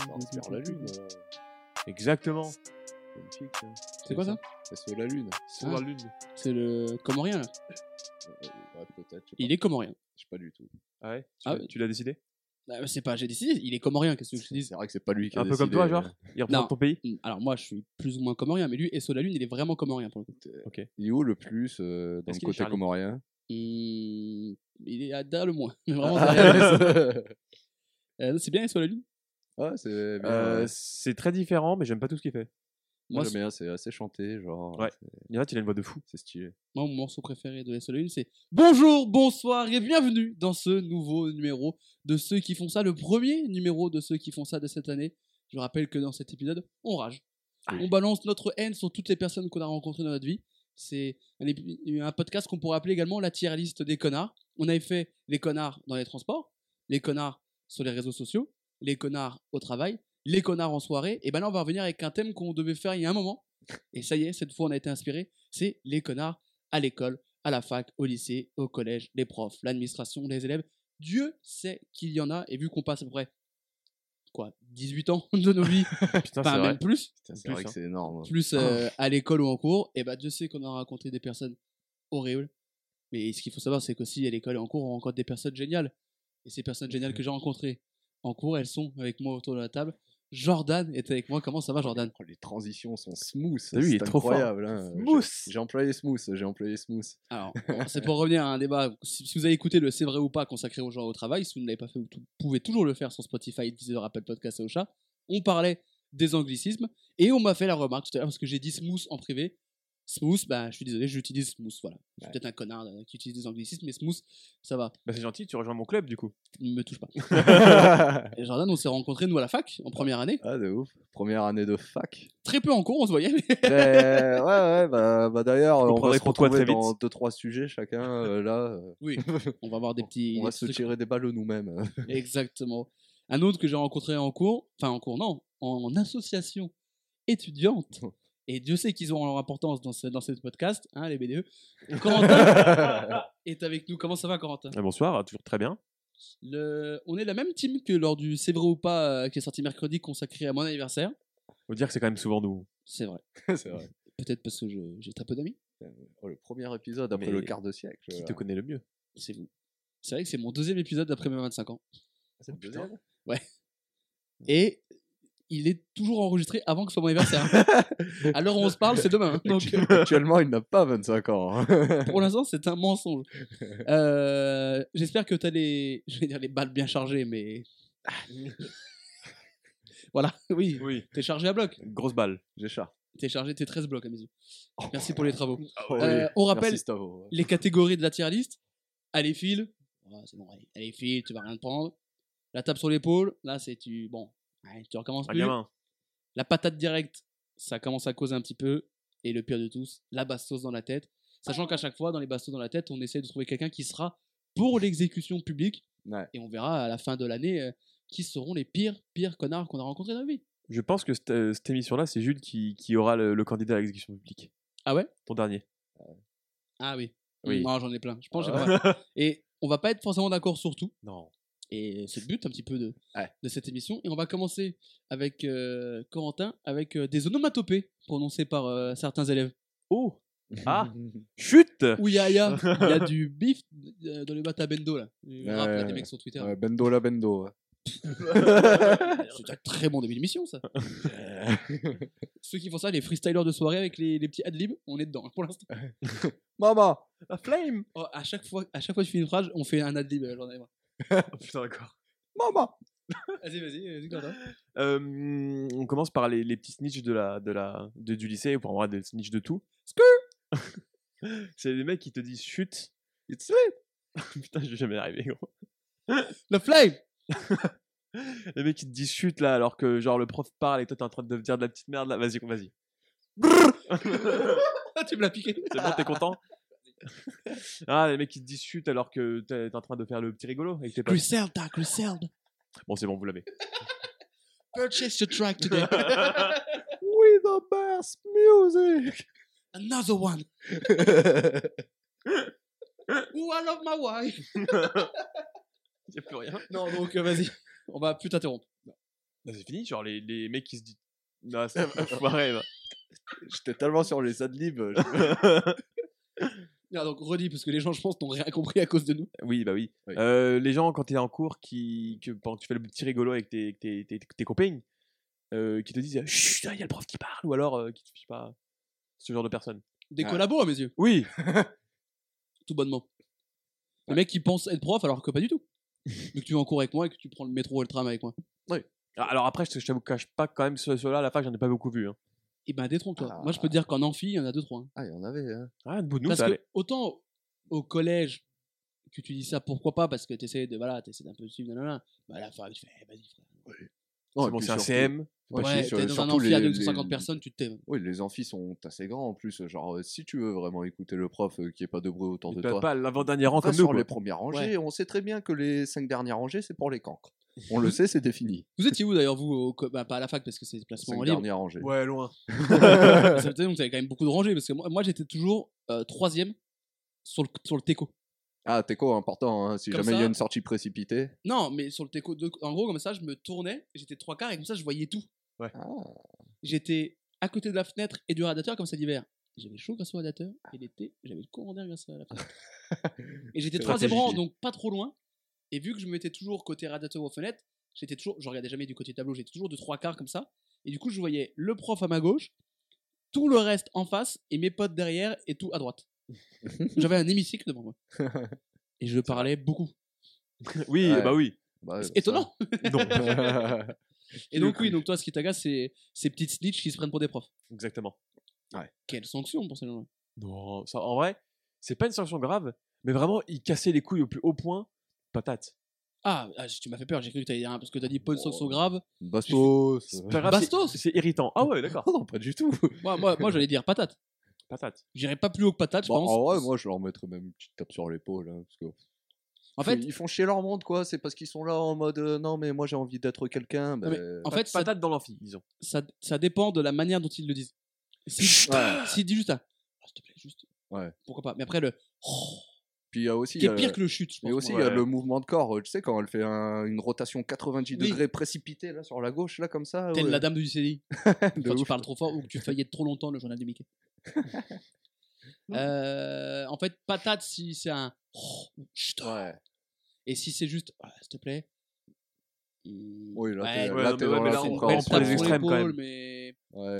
Ça inspire la lune. Exactement. Magnifique. Hein. C'est quoi ça? SO la lune. Sur la lune. C'est le comorien là. Ouais, peut-être. Je sais pas. Il est comorien. Je sais pas du tout. Ah ouais. Ah ouais. Tu l'as décidé? C'est pas, j'ai décidé, il est comorien, qu'est-ce que je te dis? C'est vrai que c'est pas lui qui a Un peu décidé. comme toi, genre. Il représente Non. ton pays. Alors moi je suis plus ou moins comorien, mais lui, SO la Lune, il est vraiment comorien pour le coup. Ok. Il est où le plus dans Est-ce le qu'il est côté Charlie comorien? Il est derrière le moins. Mais vraiment derrière. C'est bien SO la Lune? Ouais, c'est bien. C'est très différent, mais j'aime pas tout ce qu'il fait. Moi, Moi, j'aime bien, c'est assez chanté, genre. Ouais. Il y en a, il a une voix de fou. C'est stylé. Moi, mon morceau préféré de SO la Lune, c'est bonjour, bonsoir et bienvenue dans ce nouveau numéro de ceux qui font ça, le premier numéro de ceux qui font ça de cette année. Je rappelle que dans cet épisode, on rage. On balance notre haine sur toutes les personnes qu'on a rencontrées dans notre vie. C'est un podcast qu'on pourrait appeler également la tier list des connards. On avait fait les connards dans les transports, les connards sur les réseaux sociaux, les connards au travail, les connards en soirée. Et ben là, on va revenir avec un thème qu'on devait faire il y a un moment. Et ça y est, cette fois, on a été inspiré. C'est les connards à l'école, à la fac, au lycée, au collège, les profs, l'administration, les élèves. Dieu sait qu'il y en a. Et vu qu'on passe à peu près 18 ans de nos vies, Putain, enfin c'est même vrai. plus, Putain, c'est plus, vrai que hein. c'est énorme. plus à l'école ou en cours, et bah Dieu sait qu'on a rencontré des personnes horribles. Mais ce qu'il faut savoir, c'est qu'aussi à l'école et en cours, on rencontre des personnes géniales. Et ces personnes géniales que j'ai rencontrées en cours, elles sont avec moi autour de la table. Jordan est avec moi. Comment ça va, Jordan? Oh, les transitions sont smooth. T'as vu, il est c'est trop fort. incroyable. Hein. Smooth. J'ai employé smooth. Alors, c'est pour revenir à un débat. Si vous avez écouté le C'est vrai ou pas consacré aux gens au travail, si vous ne l'avez pas fait, vous pouvez toujours le faire sur Spotify, Deezer, Apple Podcast et Ocha. On parlait des anglicismes et on m'a fait la remarque tout à l'heure parce que j'ai dit smooth en privé. Smooth, bah je suis désolé, j'utilise smooth, voilà. Je suis peut-être un connard qui utilise des anglicismes, mais smooth, ça va. Bah, c'est gentil, tu rejoins mon club du coup. Ne me touche pas. Et Jordan, on s'est rencontrés nous à la fac en première année. Ah, de ouf. Première année de fac. Très peu en cours, on se voyait. Mais... Ouais, bah d'ailleurs, on va comprendrez se pourquoi retrouver très dans vite. 2-3 sujets chacun. Là, Oui, on va avoir des petits. on va des se trucs. tirer des balles nous-mêmes. Exactement. Un autre que j'ai rencontré en cours, en association étudiante. Et Dieu sait qu'ils ont leur importance dans ce podcast, hein, les BDE. Corentin est avec nous. Comment ça va, Corentin? Bonsoir, toujours très bien. On est la même team que lors du C'est vrai ou pas qui est sorti mercredi, consacré à mon anniversaire. Faut dire que c'est quand même souvent nous. C'est vrai. C'est vrai. Peut-être parce que j'ai très peu d'amis. Oh, le premier épisode après Mais le quart de siècle. Qui là. te connaît le mieux? C'est vous. C'est vrai que c'est mon deuxième épisode d'après mes 25 ans. C'est le putain. deuxième. Et il est toujours enregistré avant que ce soit mon anniversaire. À l'heure où on se parle, c'est demain. Hein. Donc, Actuellement, il n'a pas 25 ans. hein. pour l'instant, c'est un mensonge. J'espère que tu as je vais dire les balles bien chargées, mais. Voilà, oui. Oui. T'es chargé à bloc. Grosse balle. J'ai chat. T'es chargé, t'es 13 blocs à mes yeux. Merci pour les travaux. Oh, On rappelle Merci, Stavo. les catégories de la tier list. Allez, file. Ah, c'est bon, allez, file, tu vas rien te prendre. La tape sur l'épaule, là, c'est tu. Bon, ouais, tu recommences Un plus. gamin. La patate directe, ça commence à causer un petit peu. Et le pire de tous, la bastos dans la tête. Sachant qu'à chaque fois, dans les bastos dans la tête, on essaie de trouver quelqu'un qui sera pour l'exécution publique. Ouais. Et on verra à la fin de l'année qui seront les pires connards qu'on a rencontrés dans la vie. Je pense que cette émission-là, c'est Jules qui aura le candidat à l'exécution publique. Ah ouais? Ton dernier. Ah oui. Oui. Non, j'en ai plein. Je pense que j'ai pas mal. Et on va pas être forcément d'accord sur tout. Non. Et c'est le but un petit peu de Ouais. cette émission. Et on va commencer avec Corentin, avec des onomatopées prononcées par certains élèves. Oh. Ah. Chut. Ouh, il y a du bif dans les battes à bendo là. Le rap, là, des mecs sur Twitter. Ouais, Bendo la Bendo. ouais. C'est un très bon début d'émission ça. Ceux qui font ça, les freestylers de soirée avec les petits adlibs, on est dedans hein, pour l'instant. Maman. A flame. Oh, à chaque fois que tu finis une phrase, on fait un adlib. J'en ai marre. Oh, putain, d'accord. Maman. Vas-y, Corentin. On commence par les petits snitchs du lycée, pour avoir des snitchs de tout. C'est des mecs qui te disent chut. It's sweet. Putain, je vais jamais y arriver, gros. Le flame. Les mecs qui te disent chut là, alors que genre le prof parle et toi t'es en train de dire de la petite merde là. Vas-y. Ah, tu me l'as piqué. C'est bon, t'es content? Ah, les mecs qui te disent chut alors que t'es en train de faire le petit rigolo avec tes potes. Griselda. Bon, c'est bon, vous l'avez. Purchase your track today. With the best music. Another one. Ooh, I love my wife. Y'a plus rien. Non, donc vas-y. On va plus t'interrompre. Là, c'est fini, genre les mecs qui se disent. Non, c'est pareil. J'étais tellement sur les adlibs. Ah, donc redis, parce que les gens, je pense, n'ont rien compris à cause de nous. Oui, bah oui. Oui. Les gens, quand t'es en cours, pendant que tu fais le petit rigolo avec tes copains, qui te disent chut, il y a le prof qui parle, ou alors qui te fichent pas. Ce genre de personnes. Des Ah. collabos, à mes yeux, Oui, tout bonnement. Les mecs qui pensent être prof alors que pas du tout. Vu que tu es en cours avec moi et que tu prends le métro et le tram avec moi. alors après, je te cache pas quand même ceux-là, à la fac, j'en ai pas beaucoup vu. Hein. Et ben, détrompe-toi. Ah. Moi, je peux te dire qu'en amphi, il y en a 2-3. Ah, il y en avait. Hein. Ah, de bout de nous, Parce ça que allait. autant au collège que tu dis ça, pourquoi pas, parce que t'essaies d'un peu de suivre, nanana. Bah à la fin, tu fais, vas-y frère. Non, C'est et bon, puis c'est un surtout- CM. Ouais, Ouais, puis t'es dans un surtout amphi à les- 250 les- personnes, tu te tais. Oui, les amphis sont assez grands en plus. Genre, si tu veux vraiment écouter le prof, qu'il n'y ait pas de bruit autour de toi. Pas l'avant-dernier rang Va comme nous. sur Quoi. les premières rangées, on sait très bien que les 5 dernières rangées, c'est pour les cancres. On le sait, c'est défini. Vous étiez où d'ailleurs, vous bah, pas à la fac parce que c'est placement 5 libre. dernières rangées. Ouais, loin. Ça veut dire donc t'avais quand même beaucoup de rangées parce que moi j'étais toujours 3ème sur le teco. Ah, Teco, important, hein, si Comme jamais il y ça- a une sortie précipitée. Non, mais sur le teco, en gros, comme ça, je me tournais, j'étais 3/4 et comme ça, je voyais tout. Ah, J'étais à côté de la fenêtre et du radiateur comme ça l'hiver. J'avais chaud grâce au radiateur et l'été, j'avais le courant d'air grâce à la fenêtre. Et j'étais C'est 3ème rang, stratégique. donc pas trop loin. Et vu que je me mettais toujours côté radiateur aux fenêtres, j'étais toujours, je regardais jamais du côté tableau, j'étais toujours de 3/4 comme ça. Et du coup, je voyais le prof à ma gauche, tout le reste en face et mes potes derrière et tout à droite. J'avais un hémicycle devant moi. Et je parlais beaucoup. Oui, Ouais. bah oui. bah, C'est étonnant. Non. Et donc, oui, donc toi, ce qui t'agace, c'est ces petites snitches qui se prennent pour des profs. Exactement. Quelle sanction pour ces gens-là. Non, ça, en vrai, c'est pas une sanction grave, mais vraiment, ils cassaient les couilles au plus haut point. Patate. Tu m'as fait peur, j'ai cru que t'allais dire parce que t'as dit pas une sanction grave. Bastos. C'est pas grave, Bastos c'est irritant. Ah ouais, d'accord. Non, pas du tout. Moi j'allais dire patate. Patate. J'irais pas plus haut que patate, je Bon, pense. en vrai, moi, je leur mettrais même une petite tape sur l'épaule. Hein, parce que En fait, ils font chier leur monde, quoi. C'est parce qu'ils sont là en mode non, mais moi, j'ai envie d'être quelqu'un. Non, mais en fait, ça, Patate dans l'amphi, disons. ça dépend de la manière dont ils le disent. Ouais. S'il dit juste un s'il te plaît, juste. Ouais. Pourquoi pas. Mais après, le Puis il y a aussi. qui est pire que le chute, je pense. Mais aussi, il moi. y a Ouais. le mouvement de corps. Tu sais, quand elle fait une rotation 90 Oui. degrés précipitée là, sur la gauche, là, comme ça. Telle ouais. la dame du CDI. De Quand tu ouf. parles trop fort ou que tu faillettes trop longtemps le journal de Mickey. En fait, patate si c'est un chut. Ouais. Et si c'est juste s'il te plaît. Oui, là, Ouais, t'es, ouais, là, non, t'es mais dans ouais, mais la là, on compréhension. prend les sur extrêmes, quand l'épaule, même. mais Ouais,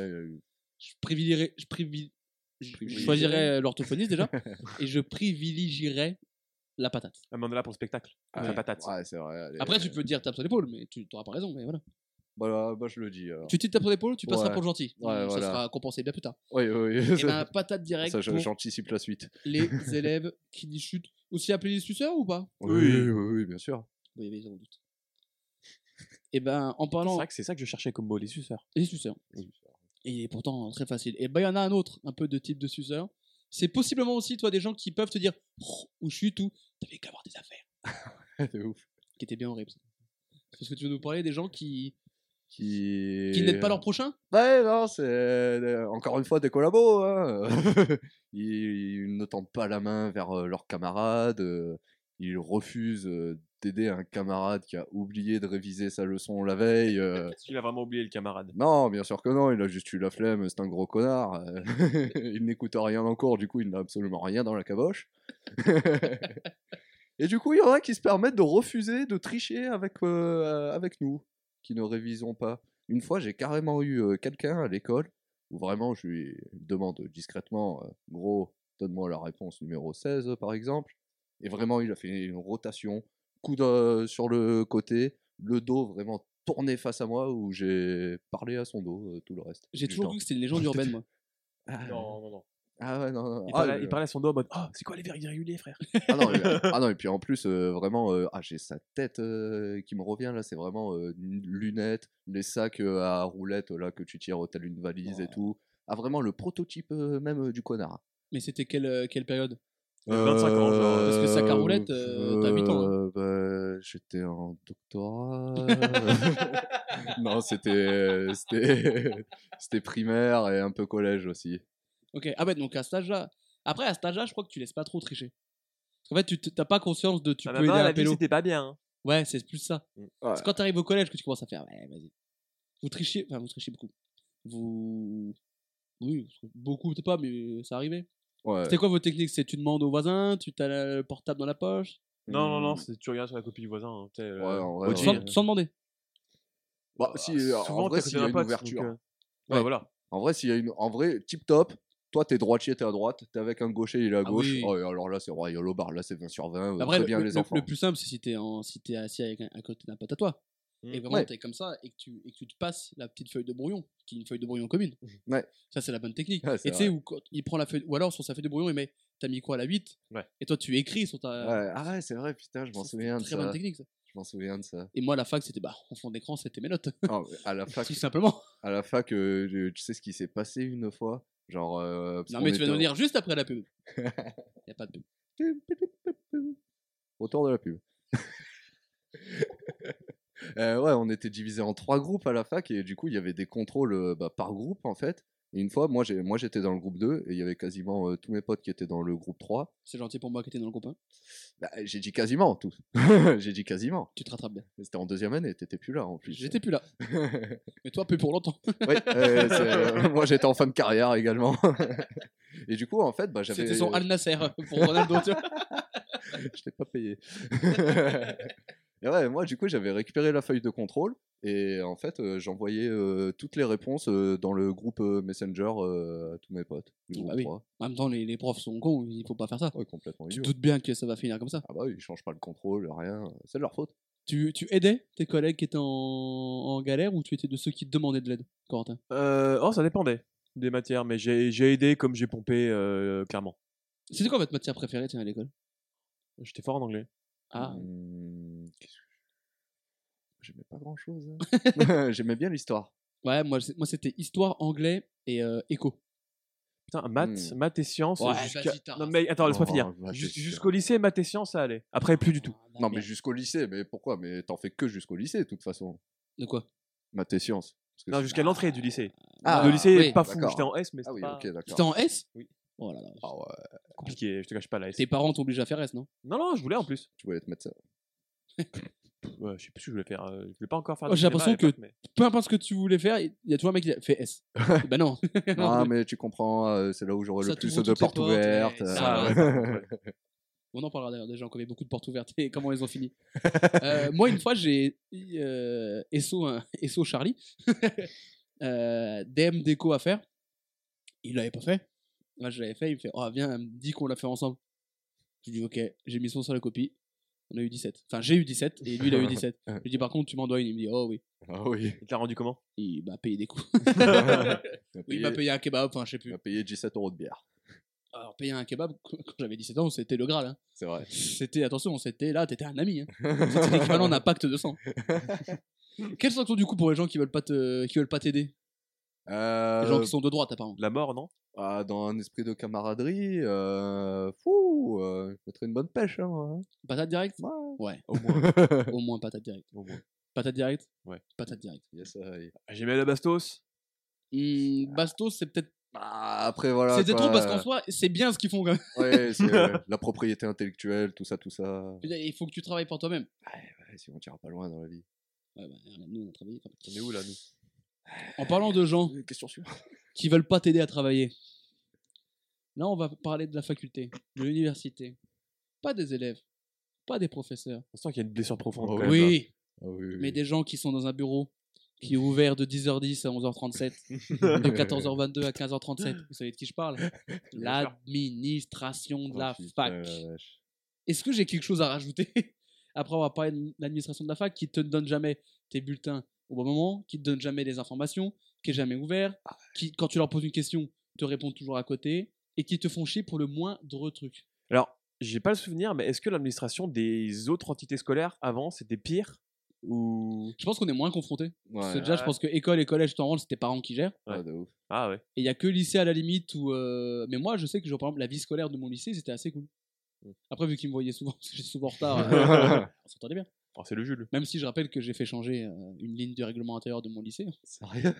je choisirais l'orthophoniste déjà et je privilégierais la patate. Ah, mais on est là pour le spectacle. ouais. La patate. Ouais, c'est vrai. allez. Après, tu peux te dire tape sur l'épaule, mais tu n'auras pas raison. Mais voilà. Bah, je le dis. Alors. Tu te tapes sur l'épaule, tu passeras Ouais. pour le gentil. Ouais, Ça voilà. sera compensé bien plus tard. Oui, oui. Et ben, patate directe Ça, pour j'anticipe la suite. les élèves qui disent chute. Aussi appelés les suceurs ou pas? Oui, bien sûr. Oui, mais sans doute. Et ben, en C'est parlant. vrai que c'est ça que je cherchais comme mot, les suceurs. Les suceurs. Et pourtant, très facile. Et ben, il y en a un autre, un peu de type de suceur. C'est possiblement aussi, toi, des gens qui peuvent te dire ou chute ou t'avais qu'à avoir des affaires. De ouf. Qui était bien horrible. Parce que tu veux nous parler des gens qui Qui n'aident pas leur prochain? Ouais, non, c'est encore une fois des collabos. Hein. Ils ne tendent pas la main vers leurs camarades. Ils refusent d'aider un camarade qui a oublié de réviser sa leçon la veille. Est-ce qu'il a vraiment oublié le camarade? Non, bien sûr que non, il a juste eu la flemme, c'est un gros connard. Il n'écoute rien en cours, du coup il n'a absolument rien dans la caboche. Et du coup, il y en a qui se permettent de refuser de tricher avec nous, qui ne révisons pas. Une fois, j'ai carrément eu quelqu'un à l'école, où vraiment je lui demande discrètement, gros, donne-moi la réponse numéro 16 par exemple. Et vraiment, il a fait une rotation, coude sur le côté, le dos vraiment tourné face à moi, où j'ai parlé à son dos tout le reste. J'ai du toujours temps. cru que c'était une légende urbaine, moi. Ah, Non. ah ouais, non. Il Ah, parlait, il parlait à son dos en mode oh, c'est quoi les verbes irréguliers, frère? ah non, ah non, et puis en plus, vraiment, j'ai sa tête qui me revient là, c'est vraiment lunettes, les sacs à roulettes là que tu tires tel une valise et tout. Ah, vraiment le prototype même du connard. Mais c'était quelle période? 25 ans, genre, parce que sac à roulettes, t'as 8 ans, hein. Bah, j'étais en doctorat. Non, c'était primaire et un peu collège aussi. Ok, ah ouais, donc à cet âge-là. Après, à cet âge-là, je crois que tu laisses pas trop tricher. Parce qu'en fait, tu t'as pas conscience de tu Ah, peux bah, aider la à vie, pélo. c'était pas bien. Hein. Ouais, c'est plus ça. Ouais. C'est quand t'arrives au collège que tu commences à faire, ouais, vas-y. Vous trichiez, enfin vous trichiez beaucoup. Vous, oui, beaucoup peut-être pas, mais ça arrivait. Ouais. C'était quoi votre technique? C'est tu demandes au voisin, tu t'as le portable dans la poche, Non, tu regardes sur la copie du voisin. Hein, tu sais, Ouais, en vrai, OG, ouais. sans demander. Bah, si, en souvent, vrai, t'es à côté s'il y a d'un une pote, ouverture. donc, Ouais. Ouais, voilà. En vrai, s'il y a une. En vrai, tip top. Toi, t'es droitier, t'es à droite. T'es avec un gaucher, il est à Ah gauche. oui. Oh, et alors là, c'est royal au bar. Là, c'est 20 sur 20. Après, très bien, les enfants. le plus simple, c'est si t'es assis à côté d'un pote à toi. Mm. Et vraiment, Ouais. t'es comme ça et que tu te passes la petite feuille de brouillon, qui est une feuille de brouillon commune. Ouais. Ça, c'est la bonne technique. Ouais, c'est et tu sais, vrai. où quand il prend la feuille, ou alors sur sa feuille de brouillon, il met, t'as mis quoi, la 8 Ouais. Et toi, tu écris sur ta. Ouais. Ah ouais, c'est vrai, putain, je m'en Ça, souviens de très ça. bonne technique, ça. Je m'en souviens de ça. Et moi, à la fac, c'était, en fond d'écran, c'était mes notes. Ah, mais à la fac, Tout simplement. tu sais ce qui s'est passé une fois? Genre. Parce Non, qu'on mais tu vas était nous dire juste après la pub. Y a pas de pub. Autour de la pub. Ouais, on était divisé en 3 groupes à la fac et du coup, il y avait des contrôles par groupe en fait. Et une fois, moi j'étais dans le groupe 2 et il y avait quasiment tous mes potes qui étaient dans le groupe 3. C'est gentil pour moi qui était dans le groupe 1. Bah, j'ai dit quasiment tous. J'ai dit quasiment. Tu te rattrapes bien. C'était en 2e année, t'étais plus là en plus. J'étais plus là. Mais toi, peu pour longtemps. Oui, moi j'étais en fin de carrière également. Et du coup, en fait, j'avais. C'était son Al Nasser pour Ronaldo. Tu vois. Je t'ai pas payé. Et ouais, moi, du coup, j'avais récupéré la feuille de contrôle et en fait, j'envoyais toutes les réponses dans le groupe Messenger à tous mes potes. Du Bah groupe oui. 3. En même temps, les profs sont cons, il faut pas faire ça. Ouais, complètement Tu idiot. te doutes bien que ça va finir comme ça. Ah bah oui, ils changent pas le contrôle, rien. C'est de leur faute. Tu aidais tes collègues qui étaient en galère ou tu étais de ceux qui demandaient de l'aide, Corentin? Oh, ça dépendait des matières, mais j'ai aidé comme j'ai pompé, clairement. C'était quoi votre matière préférée, tiens, à l'école? J'étais fort en anglais. Ah, J'aimais pas grand chose. J'aimais bien l'histoire. ouais, moi c'était histoire, anglais et éco. Putain, maths, Hmm. maths et sciences. Ouais, jusqu'à- vas-y, t'arrêtes. Non, mais attends, laisse-moi Oh, finir. maths et sciences. Jusqu'au lycée, maths et sciences, ça allait. Après, plus du tout. Non, mais jusqu'au lycée, mais pourquoi? Mais t'en fais que jusqu'au lycée, de toute façon. De quoi? Maths et sciences. Parce que Non, jusqu'à l'entrée du lycée. Ah, Le lycée, oui, pas fou. d'accord. J'étais en S, mais Ah c'était oui, pas ok, d'accord. C'était en S? Oui. Oh là là. Ah ouais, compliqué, je te cache pas la S. Tes parents t'obligent à faire S, non? Non, je voulais en plus. tu voulais être médecin. Ouais, je sais plus ce que je voulais faire. Je voulais pas encore faire Oh, j'ai cinéma à l'impression l'époque, mais- Peu importe ce que tu voulais faire, il y a toujours un mec qui a fait S. Bah non. Ah, mais tu comprends, c'est là où j'aurai Ça le plus t'ouvre de toutes les portes portes, ouvertes. ouais, ça, ouais. On en parlera d'ailleurs des gens qui avaient beaucoup de portes ouvertes et comment ils ont fini. Moi, une fois, j'ai SO Charlie, DM déco à faire. Il l'avait pas fait. Moi, je l'avais fait. Il me fait, oh, viens, dis qu'on l'a fait ensemble. Je lui dis, ok, j'ai mis son sur la copie. On a eu 17. Enfin, j'ai eu 17 et lui, il a eu 17. Je lui dis, par contre, tu m'en dois une. Il me dit, oh oui. Ah oui. Il t'a rendu comment? Il m'a payé des coups. Il Oui, il m'a payé un kebab, enfin, je sais plus. m'a payé 17 € de bière. Alors, payer un kebab, quand j'avais 17 ans, c'était le Graal. Hein. C'est vrai. C'était, attention, c'était là, t'étais un ami. Hein. C'était l'équivalent d'un pacte de sang. Quelles sanctions du coup pour les gens qui veulent pas t'aider? Les gens qui sont de droite, apparemment. La mort, non? Dans un esprit de camaraderie, je mettrais une bonne pêche. Hein. Patate directe? Ouais. Ouais, Au moins. au moins patate directe. Au moins. Patate directe? Ouais. Patate directe. Yes, J'ai mis la bastos. Bastos, c'est peut-être. après, voilà. C'est quoi. trop parce qu'en soi, c'est bien ce qu'ils font quand même. Ouais, c'est la propriété intellectuelle, tout ça, tout ça. Il faut que tu travailles pour toi-même. Ouais, sinon, tu iras pas loin dans la vie. Ouais, bah, nous, on a travaillé. enfin, On est où là, nous? En parlant de gens Question suivante. qui veulent pas t'aider à travailler, là, on va parler de la faculté, de l'université. Pas des élèves, pas des professeurs. On sent qu'il y a une blessure profonde. Oh, quand même, Oui, Ah oui, mais des gens qui sont dans un bureau qui est ouvert de 10h10 à 11h37, de 14h22 à 15h37. Vous savez de qui je parle? L'administration de la fac. Est-ce que j'ai quelque chose à rajouter après avoir parlé de l'administration de la fac qui te donne jamais tes bulletins au bon moment, qui te donne jamais les informations, qui est jamais ouvert, qui, quand tu leur poses une question, te répondent toujours à côté et qui te font chier pour le moindre truc? Alors, j'ai pas le souvenir, mais est-ce que l'administration des autres entités scolaires avant, c'était pire? Ou... Je pense qu'on est moins confrontés. Ouais. Parce que déjà, je pense que école et collège, t'en rends, c'est tes parents qui gèrent. Ouais, de ouf. Ah ouais. Et il y a que lycée à la limite où. Mais moi, je sais que, par exemple, la vie scolaire de mon lycée, c'était assez cool. Après, vu qu'ils me voyaient souvent, parce que j'étais souvent en retard, on s'entendait bien. Oh, c'est le Jules. Même si je rappelle que j'ai fait changer une ligne du règlement intérieur de mon lycée. Sérieux?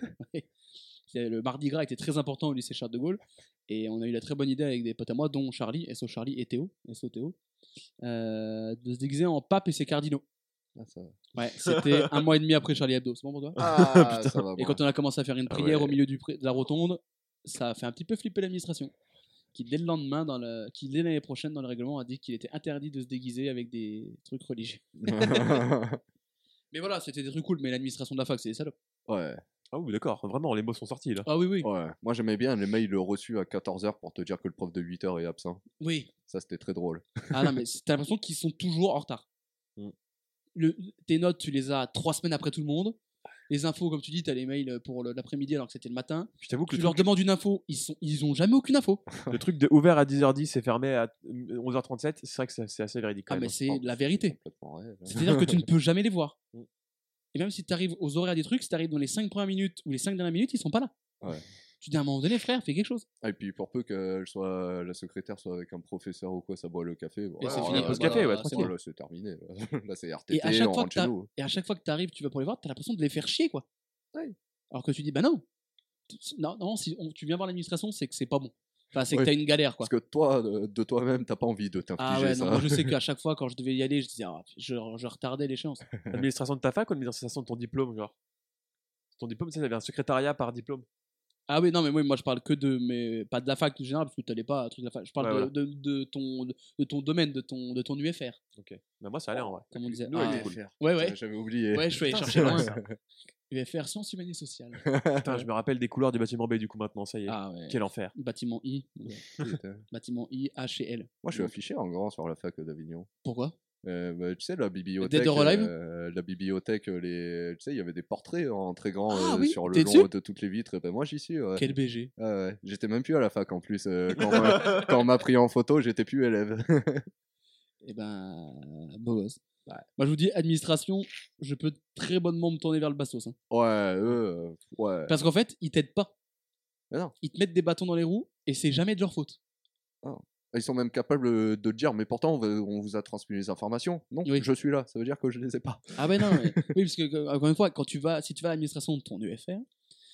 Le Mardi Gras était très important au lycée Charles de Gaulle. Et on a eu la très bonne idée avec des potes à moi, dont Charlie, SO Charlie et Théo, SO Théo, de se déguiser en pape et ses cardinaux. Ah, ça... Ouais, c'était 1 mois et demi après Charlie Hebdo, c'est bon pour toi? Ah, ça va. Et quand on a commencé à faire une Ah prière ouais. au milieu de la rotonde, ça a fait un petit peu flipper l'administration. Qui dès le lendemain, qui dès l'année prochaine dans le règlement a dit qu'il était interdit de se déguiser avec des trucs religieux. Mais voilà, c'était des trucs cool, mais l'administration de la fac, c'est des salopes. Ouais. Ah oui, d'accord, vraiment, les mots sont sortis là. Ah oui, oui. Ouais. Moi, j'aimais bien les mails reçus à 14h pour te dire que le prof de 8h est absent. Oui. Ça, c'était très drôle. Ah non, mais t'as l'impression qu'ils sont toujours en retard. Mm. Tes notes, tu les as 3 semaines après tout le monde. Les infos, comme tu dis, t'as les mails pour l'après-midi alors que c'était le matin. Je t'avoue que Tu le leur truc, demandes une info, ils ont jamais aucune info. le truc de ouvert à 10h10 et fermé à 11h37, c'est vrai que c'est assez véridique quand Ah, même. mais c'est la vérité. Complètement rêve. C'est-à-dire que tu ne peux jamais les voir. Mm. Et même si tu arrives aux horaires des trucs, si tu arrives dans les 5 premières minutes ou les 5 dernières minutes, ils sont pas là. Ouais. Tu dis à un moment donné, frère, fais quelque chose. Ah, et puis, pour peu que la secrétaire soit avec un professeur ou quoi, ça boit le café. Bon, Et c'est alors, fini. pause Voilà, café, ouais, c'est tranquille. bon. Là, c'est terminé. Là, c'est Et RTT, à chaque on fois rentre que chez nous. tu arrives, tu vas pour les voir, tu as l'impression de les faire chier, quoi. Ouais. Alors que tu dis, bah non. Non, si tu viens voir l'administration, c'est que c'est pas bon. Enfin, c'est que Oui. t'as une galère, quoi. Parce que toi, de toi-même, t'as pas envie de t'infliger Ah ouais, ça. non, moi je sais qu'à chaque fois, quand je devais y aller, je disais, je retardais l'échéance. L'administration de ta fac ou l'administration de ton diplôme, genre? Ton diplôme, tu sais, t'avais un secrétariat par diplôme. Ah oui, non, mais moi je parle que mais pas de la fac en général, parce que t'allais pas à truc de la fac. Je parle Ouais, voilà. de ton domaine, de ton UFR, Ok. Bah, moi, ça allait en vrai. comme on disait. Nous, Ah, elle était cool. ouais. J'avais oublié. Ouais, je suis allé Putain, chercher c'est loin. vrai, ça. UFR, sciences humaines et sociales. Putain, je me rappelle des couleurs du bâtiment B du coup maintenant, ça y est. Ah ouais. Quel enfer. Bâtiment I. Putain. Bâtiment I, H et L. Moi, je suis affiché en grand sur la fac d'Avignon. Pourquoi? Bah, tu sais, la bibliothèque. Dead or Alive Tu sais, il y avait des portraits en très grand Ah oui, sur le t'es long dessus de toutes les vitres. Et ben, moi, j'y suis. Ouais. Quel BG. Ah ouais. J'étais même plus à la fac en plus. Quand on m'a pris en photo, j'étais plus élève. Eh ben, beau gosse. Ouais. Moi, je vous dis, administration, je peux très bonnement me tourner vers le bastos. Hein. Ouais. Parce qu'en fait, ils t'aident pas. Mais non. Ils te mettent des bâtons dans les roues et c'est jamais de leur faute. Ils sont même capables de dire, mais pourtant, on vous a transmis les informations. Non, Oui. je suis là. Ça veut dire que je les ai pas. Ah ben non, oui, parce que encore une fois, si tu vas à l'administration de ton UFR,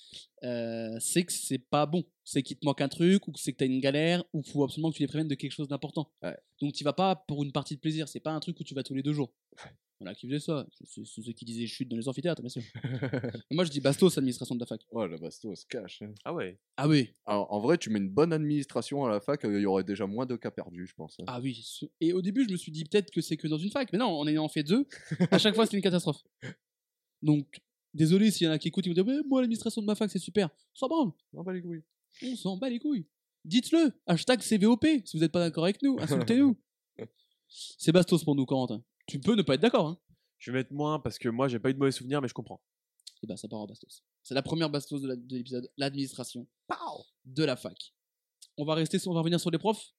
c'est que c'est pas bon. C'est qu'il te manque un truc, ou que c'est que t'as une galère, ou qu'il faut absolument que tu les préviennes de quelque chose d'important. Ouais. Donc tu vas pas pour une partie de plaisir, c'est pas un truc où tu vas tous les 2 jours. Voilà, qui faisait ça. C'est ceux qui disaient chute dans les amphithéâtres, bien sûr. Mais moi je dis bastos, administration de la fac. Ouais, la bastos, cache. Hein. Ah ouais. Ah oui. Alors, en vrai, tu mets une bonne administration à la fac, il y aurait déjà moins de cas perdus, je pense. Ah oui. Et au début, je me suis dit peut-être que c'est que dans une fac, mais non, en ayant fait 2, à chaque fois c'était une catastrophe. Donc, désolé s'il y en a qui écoutent, ils vont dire ouais, moi l'administration de ma fac c'est super. On s'en branle. Non, pas les couilles. On s'en bat les couilles. Dites-le. Hashtag CVOP si vous n'êtes pas d'accord avec nous. Insultez-nous. C'est bastos pour nous, Corentin. Tu peux ne pas être d'accord. Hein. Je vais mettre moins parce que moi, j'ai pas eu de mauvais souvenirs, mais je comprends. Et ben ça part en bastos. C'est la première bastos de l'épisode, l'administration de la fac. On va revenir sur les profs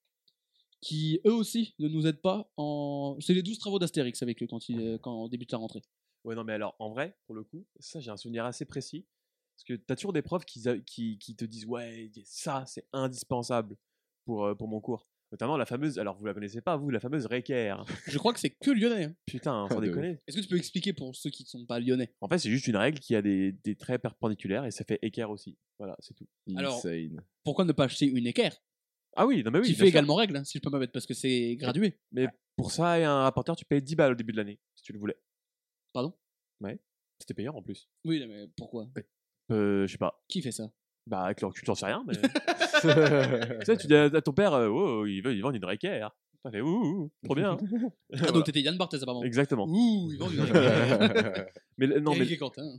qui eux aussi ne nous aident pas c'est les 12 travaux d'Astérix avec eux quand on débute la rentrée. Ouais, non, mais alors, en vrai, pour le coup, ça, j'ai un souvenir assez précis. Parce que t'as toujours des profs qui te disent, ouais, ça, c'est indispensable pour mon cours. Notamment la fameuse, alors vous la connaissez pas, vous, la fameuse Réquer. Je crois que c'est que lyonnais. Hein. Putain, sans De déconner. Est-ce que tu peux expliquer pour ceux qui ne sont pas lyonnais? En fait, c'est juste une règle qui a des traits perpendiculaires et ça fait équerre aussi. Voilà, c'est tout. Alors, Insane. Pourquoi ne pas acheter une équerre Ah oui, non mais oui. qui bien fait sûr. également règle, hein, si je peux me permettre, parce que c'est gradué. Mais pour ça et un rapporteur, tu payes 10 balles au début de l'année, si tu le voulais. Pardon? C'était payant en plus. Oui, mais pourquoi? Je sais pas. Qui fait ça? Bah, avec le recul, j'en sais rien, mais. Tu sais, tu dis à ton père, oh, il vend une Réquer. Ça fait ouh, trop bien. Ah, Voilà. donc t'étais Yann Barthès apparemment. Exactement. Ouh, ils vendent une équerre. Mais non, mais Eric et Quentin.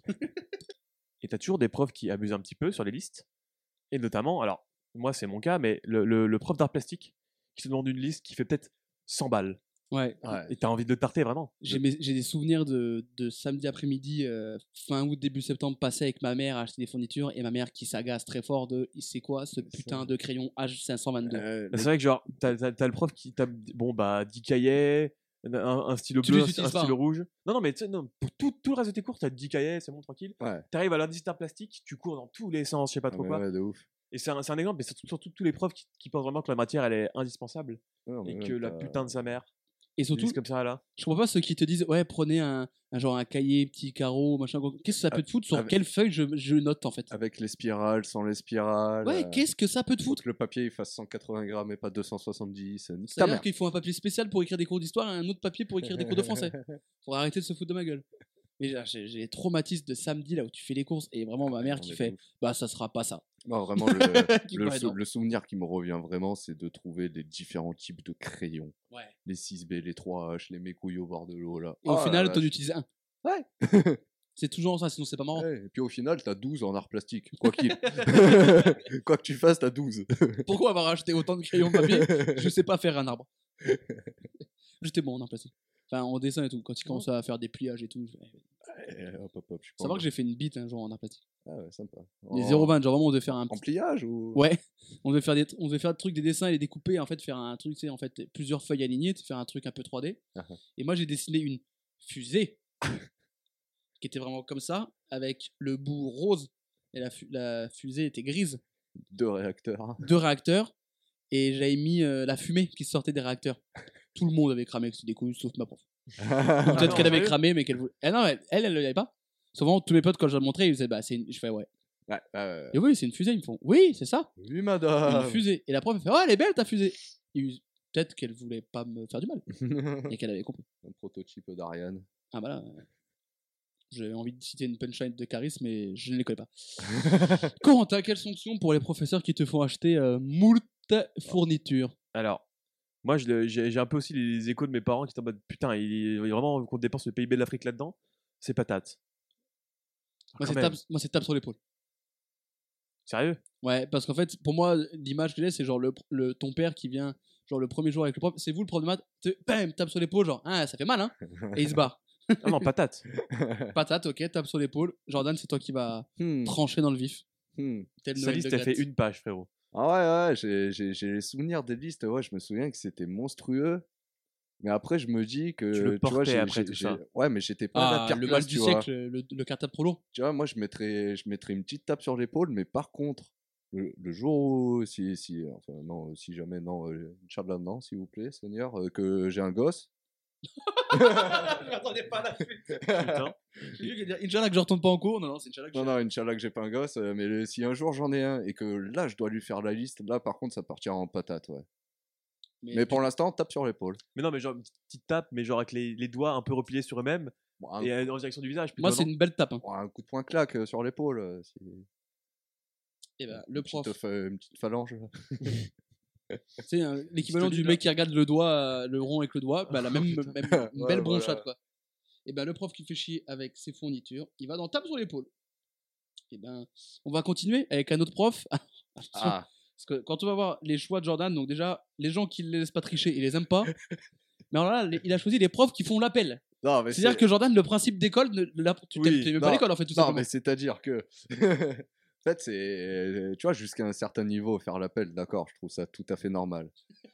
et t'as toujours des profs qui abusent un petit peu sur les listes. Et notamment, alors, moi c'est mon cas, mais le prof d'art plastique qui te demande une liste qui fait peut-être 100 balles. Ouais. Et t'as envie de le tarter vraiment. J'ai des souvenirs de samedi après-midi, fin août, début septembre, passé avec ma mère à acheter des fournitures et ma mère qui s'agace très fort de c'est quoi ce putain de crayon H522. C'est vrai que genre, t'as le prof qui t'a, bon bah, 10 cahiers, un stylo Tu bleu, les un utilises pas, stylo hein. rouge. Non, mais tu sais, non, pour tout le reste de tes cours, t'as 10 cahiers, c'est bon, tranquille. Ouais. T'arrives à l'indice d'art plastique, tu cours dans tous les sens, je sais pas trop quoi. Ouais, de ouf. Et c'est un exemple, mais surtout tous les profs qui pensent vraiment que la matière elle est indispensable Non, mais et même que la pas- putain de sa mère. Et Ils surtout, disent comme ça là. je comprends pas ceux qui te disent ouais, prenez genre un cahier, petit carreau, machin. Qu'est-ce que ça peut te foutre? Sur avec- quelle feuille je note en fait? Avec les spirales, sans les spirales. Ouais, qu'est-ce que ça peut te Faut foutre? que le papier il fasse 180 grammes et pas 270. Nique ta C'est-à-dire mère. qu'il faut un papier spécial pour écrire des cours d'histoire et un autre papier pour écrire des cours de français. Faut arrêter de se foutre de ma gueule. Mais j'ai les traumatismes de samedi là où tu fais les courses et vraiment ma mère Non, qui mais fait de ouf. bah ça sera pas ça. Non, vraiment, Qui paraît non. le souvenir qui me revient vraiment, c'est de trouver les différents types de crayons. Ouais. Les 6B, les 3H, les mécouilles au bord de l'eau là. Et au Oh la final, t'en vache. utilises un. Ouais. C'est toujours ça, sinon c'est pas marrant. Ouais, et puis au final, t'as 12 en art plastique. Quoi qu'il. Quoi que tu fasses, t'as 12. Pourquoi avoir acheté autant de crayons de papier? Je sais pas faire un arbre. J'étais bon en art plastique. Enfin, en dessin et tout. Quand il commence à faire des pliages et tout. Hop, hop, hop, je suis pas Savoir en que j'ai fait une bite un jour en art plastique. Ah ouais, sympa. Les En- 0,20, genre vraiment on devait faire un En petit. pliage ou. Ouais, on devait faire des trucs, des dessins et les découper, et en fait faire un truc, tu sais, en fait plusieurs feuilles alignées, faire un truc un peu 3D. Ah ah. Et moi j'ai dessiné une fusée qui était vraiment comme ça, avec le bout rose et la fusée était grise, 2 réacteurs. 2 réacteurs, et j'avais mis la fumée qui sortait des réacteurs. Tout le monde avait cramé que c'était des couilles, sauf ma prof. Ou peut-être non, qu'elle avait sérieux cramé, mais qu'elle voulait. Ah non, elle l'avait pas. Souvent, tous mes potes, quand je leur montrais, ils disaient, bah, c'est une. Je fais, ouais. Ouais, Et oui, c'est une fusée. Ils me font, oui, c'est ça. oui, Une madame. fusée. Et la prof, elle fait, oh, elle est belle ta fusée. Peut-être qu'elle voulait pas me faire du mal. Et qu'elle avait compris. Un prototype d'Ariane. Ah bah là. J'ai envie de citer une punchline de Caris, mais je ne les connais pas. Corentin, quelles sanctions pour les professeurs qui te font acheter moult fournitures? Alors, moi, j'ai un peu aussi les échos de mes parents qui étaient en mode putain, il y a vraiment qu'on dépense le PIB de l'Afrique là-dedans. C'est patate. Moi, Quand c'est même. tape sur l'épaule. Sérieux? Ouais, parce qu'en fait, pour moi, l'image que j'ai, c'est genre ton père qui vient, genre le premier jour avec le prof, c'est vous le prof de maths, bam, tape sur l'épaule, genre, ah, ça fait mal, hein, et il se barre. Ah non, patate. Patate, ok, tape sur l'épaule. Jordan, c'est toi qui vas Hmm, trancher dans le vif. hmm. Tel Sa Noël liste, de elle fait Gretz. une page, frérot. Ah ouais, j'ai les souvenirs des listes. Ouais, je me souviens que c'était monstrueux. Mais après, je me dis que. Tu le vois, portais après tout ça. Ouais, mais j'étais pas à la Ah, pire le place, mal du tu vois. siècle, le cartable trop lourd. Tu vois, moi, je mettrais une petite tape sur l'épaule, mais par contre, le jour où. Enfin, non, si jamais, non. Inch'Allah, non, s'il vous plaît, Seigneur, que j'ai un gosse. Je m'attendais pas à la suite. Putain. J'ai cru dire Inch'Allah que je retourne pas en cours. Non, non, c'est Inch'Allah que Non, non, Inch'Allah que j'ai pas un gosse, mais si un jour j'en ai un et que là, je dois lui faire la liste, là, par contre, ça partira en patate, ouais. Mais pour l'instant, tape sur l'épaule. Mais non, mais genre une petite tape, mais genre avec les doigts un peu repliés sur eux-mêmes Bon, un, et en direction du visage. moi, plutôt, c'est non une belle tape. Hein. bon, un coup de poing claque sur l'épaule. Et ben, le prof, Une petite phalange. c'est l'équivalent du Solide, mec qui regarde le doigt, le rond avec le doigt, bah, la même, une Ouais, belle voilà. bronchade, quoi. Et ben, le prof qui fait chier avec ses fournitures, il va dans tape sur l'épaule. Et ben, on va continuer avec un autre prof. Attention, Ah, parce que quand on va voir les choix de Jordan, donc déjà, les gens qui ne les laissent pas tricher, ils les aiment pas. Mais alors là, il a choisi les profs qui font l'appel. non, mais C'est-à-dire que Jordan, le principe d'école, tu Oui, t'aimes même pas non, l'école en fait, tout non, simplement. mais c'est-à-dire que. En fait, c'est. Tu vois, jusqu'à un certain niveau, faire l'appel, d'accord, je trouve ça tout à fait normal.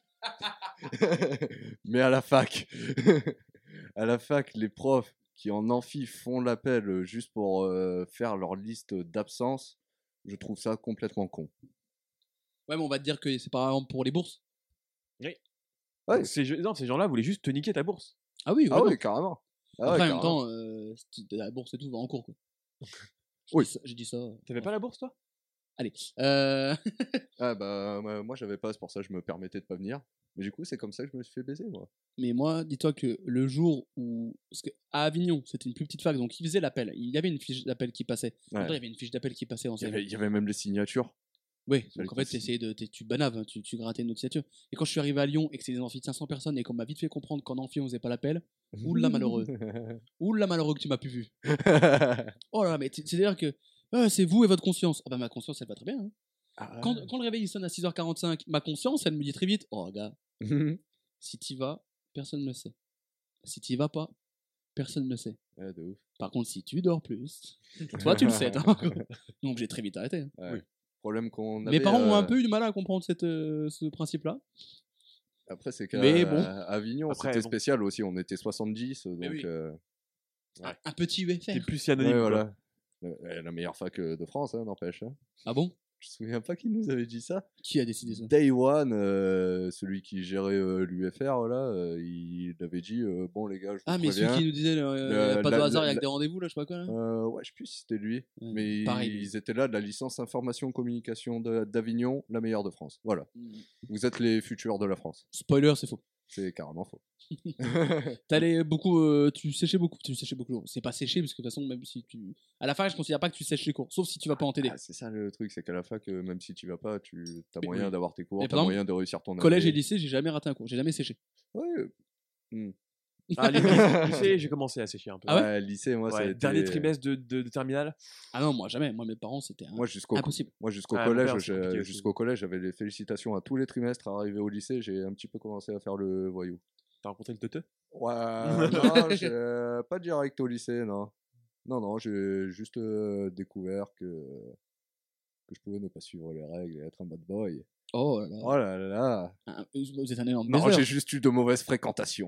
Mais à la fac. À la fac, les profs qui en amphi font l'appel juste pour faire leur liste d'absence, je trouve ça complètement con. Ouais, mais on va te dire que c'est par exemple pour les bourses. Ouais. Donc, non, ces gens-là voulaient juste te niquer ta bourse. Ah oui, Ah vraiment. oui, carrément. Ah Après, ouais, en même carrément. temps, si la bourse et tout va en cours, quoi. Oui. J'ai dit ça. T'avais pas la bourse, toi? Allez. Ah bah, moi j'avais pas, c'est pour ça que je me permettais de pas venir. Mais du coup, c'est comme ça que je me suis fait baiser, moi. Mais moi, dis-toi que le jour où. Parce qu'à Avignon, c'était une plus petite fac, donc ils faisaient l'appel. Il y avait une fiche d'appel qui passait. Ouais. Après, il y avait une fiche d'appel qui passait en Il y avait même les signatures. Oui, Fallait donc en fait, qu'on tu banaves, hein, tu grattais une autre signature. Et quand je suis arrivé à Lyon et que c'était des amphis de 500 personnes et qu'on m'a vite fait comprendre qu'en amphi on faisait pas l'appel, oula malheureux. Oula malheureux que tu m'as plus vu. Oh là là, mais c'est-à-dire que c'est vous et votre conscience. Ah bah ma conscience, elle va très bien. Hein. Ah, Quand le réveil il sonne à 6h45, ma conscience, elle me dit très vite, oh gars, si t'y vas, personne ne le sait. Si t'y vas pas, personne ne le sait. ouais, de ouf. Par contre, si tu dors plus, toi tu le sais. Hein. Donc j'ai très vite arrêté. Hein. Ouais. Oui. Problème qu'on avait. Mes parents ont un peu eu du mal à comprendre ce principe-là. Après, c'est qu'à Mais bon. Avignon, Après, c'était bon. spécial aussi. On était 70, donc. oui. Ouais. Un petit T'es UFR. plus si Ouais, anonyme. quoi. voilà. La meilleure fac de France, hein, n'empêche. Hein. Ah bon? Je me souviens pas qui nous avait dit ça. Qui a décidé ça? Day One, celui qui gérait l'UFR, là, il avait dit bon, les gars, je vous Ah, mais celui préviens. qui nous disait pas de la- hasard, il y a la- que des rendez-vous, là, je sais pas quoi. Là. Ouais, je sais plus si c'était lui. Ouais, Mais pareil. ils étaient là de la licence information communication d'Avignon, la meilleure de France. Voilà. Mm. Vous êtes les futurs de la France. Spoiler, c'est faux. C'est carrément faux. T'allais beaucoup, tu séchais beaucoup. C'est pas sécher parce que de toute façon, même si tu. À la fin, je considère pas que tu sèches les cours, sauf si tu vas pas en TD. Ah, c'est ça le truc, c'est qu'à la fac, même si tu vas pas, tu as Mais moyen oui. d'avoir tes cours, Mais t'as par exemple, moyen de réussir ton Collège et année. lycée, j'ai jamais raté un cours, j'ai jamais séché. Ouais. Hmm. Ah, lycée, j'ai commencé à sécher un peu. Ah ouais Ouais, lycée, moi, ça a Ouais, été... dernier trimestre de terminale. Ah non, moi jamais. Moi, mes parents, c'était Moi, jusqu'au impossible. jusqu'au Ah, mon collège, père, c'est compliqué aussi. jusqu'au collège, j'avais les félicitations à tous les trimestres. Arrivé au lycée, j'ai un petit peu commencé à faire le voyou. T'as rencontré le teuteux? Ouais, non, j'ai pas direct au lycée, non. Non, j'ai juste découvert que je pouvais ne pas suivre les règles et être un bad boy. Oh là là. Oh là là. Ah, vous êtes un énorme Non, baiser. j'ai juste eu de mauvaises fréquentations.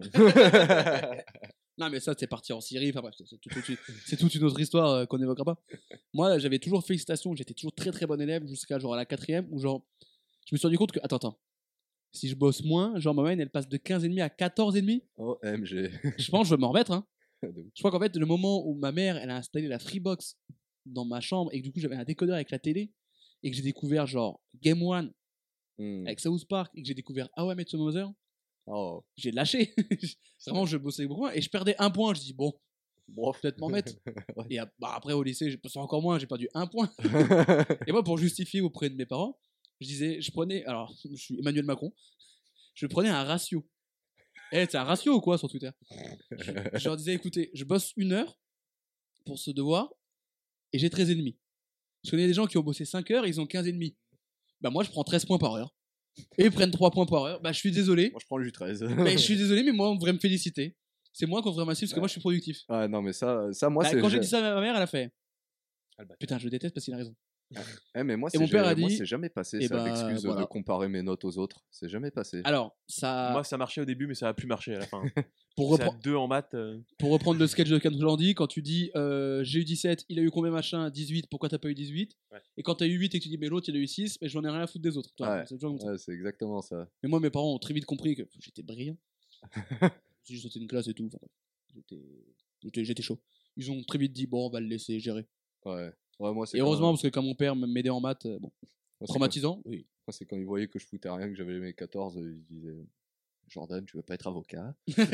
Non, mais ça, c'est parti en Syrie. Enfin bref, c'est toute une autre histoire qu'on n'évoquera pas. Moi, j'avais toujours félicitations. J'étais toujours très très bon élève jusqu'à genre à la 4e où genre, je me suis rendu compte que, attends. Si je bosse moins, genre ma moyenne elle passe de 15,5 à 14,5. Oh, MG. Je pense que je vais m'en remettre. Hein. De ouf. Je crois qu'en fait, le moment où ma mère elle a installé la Freebox dans ma chambre et que du coup j'avais un décodeur avec la télé et que j'ai découvert genre Game One Hmm. avec South Park et que j'ai découvert How I Met Your Mother, Oh. j'ai lâché. Vraiment, je bossais beaucoup moins et je perdais un point. Je dis bon, Bon. peut-être m'en mettre. Ouais. Et après au lycée, j'ai passé encore moins, j'ai perdu un point. Et moi, pour justifier auprès de mes parents, je prenais, alors je suis Emmanuel Macron, je prenais un ratio. C'est un ratio ou quoi sur Twitter? Je leur disais, écoutez, je bosse 1 heure pour ce devoir et j'ai 13,5. Je connais des gens qui ont bossé 5 heures, ils ont 15,5. Bah moi, je prends 13 points par heure. Et ils prennent 3 points par heure. Bah je suis désolé. Moi, je prends le J13. Mais je suis désolé, mais moi, on devrait me féliciter. C'est moi qu'on devrait m'assister parce que moi, je suis productif. Ah non, mais ça moi, Bah, c'est... quand j'ai dit ça à ma mère, elle a fait Ah, le bâtard. putain, je le déteste parce qu'il a raison. mais moi, Et mon père a moi, dit- c'est jamais passé, Eh ça, ben, l'excuse voilà. de comparer mes notes aux autres. C'est jamais passé. Alors, ça. Moi, ça marchait au début, mais ça a plus marché à la fin. pour, C'est à repren- 2 en maths. pour reprendre le sketch de Cantoulandi, quand tu dis j'ai eu 17, il a eu combien machin 18, pourquoi t'as pas eu 18 Ouais. Et quand t'as eu 8 et que tu dis mais l'autre il a eu 6, mais j'en ai rien à foutre des autres. Toi, Ouais. c'est toujours comme ça. Ouais, c'est exactement ça. Mais moi, mes parents ont très vite compris que j'étais brillant. J'ai juste sauté une classe et tout. Enfin, bref. J'étais chaud. Ils ont très vite dit bon, on va le laisser gérer. Ouais. Ouais, moi, c'est Et quand- heureusement, parce que quand mon père m'aidait en maths, bon, moi, c'est traumatisant, oui. Moi, c'est quand ils voyaient que je foutais rien, que j'avais mes 14, ils disaient Jordan, tu veux pas être avocat?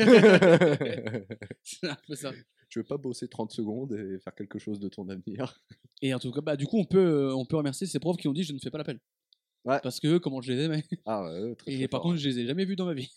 C'est un peu ça. Tu veux pas bosser 30 secondes et faire quelque chose de ton avenir? Et en tout cas, bah, du coup, on peut remercier ces profs qui ont dit je ne fais pas l'appel. Ouais. Parce que eux, comment je les aimais. Ah ouais, très, Et très par fort. contre, je les ai jamais vus dans ma vie.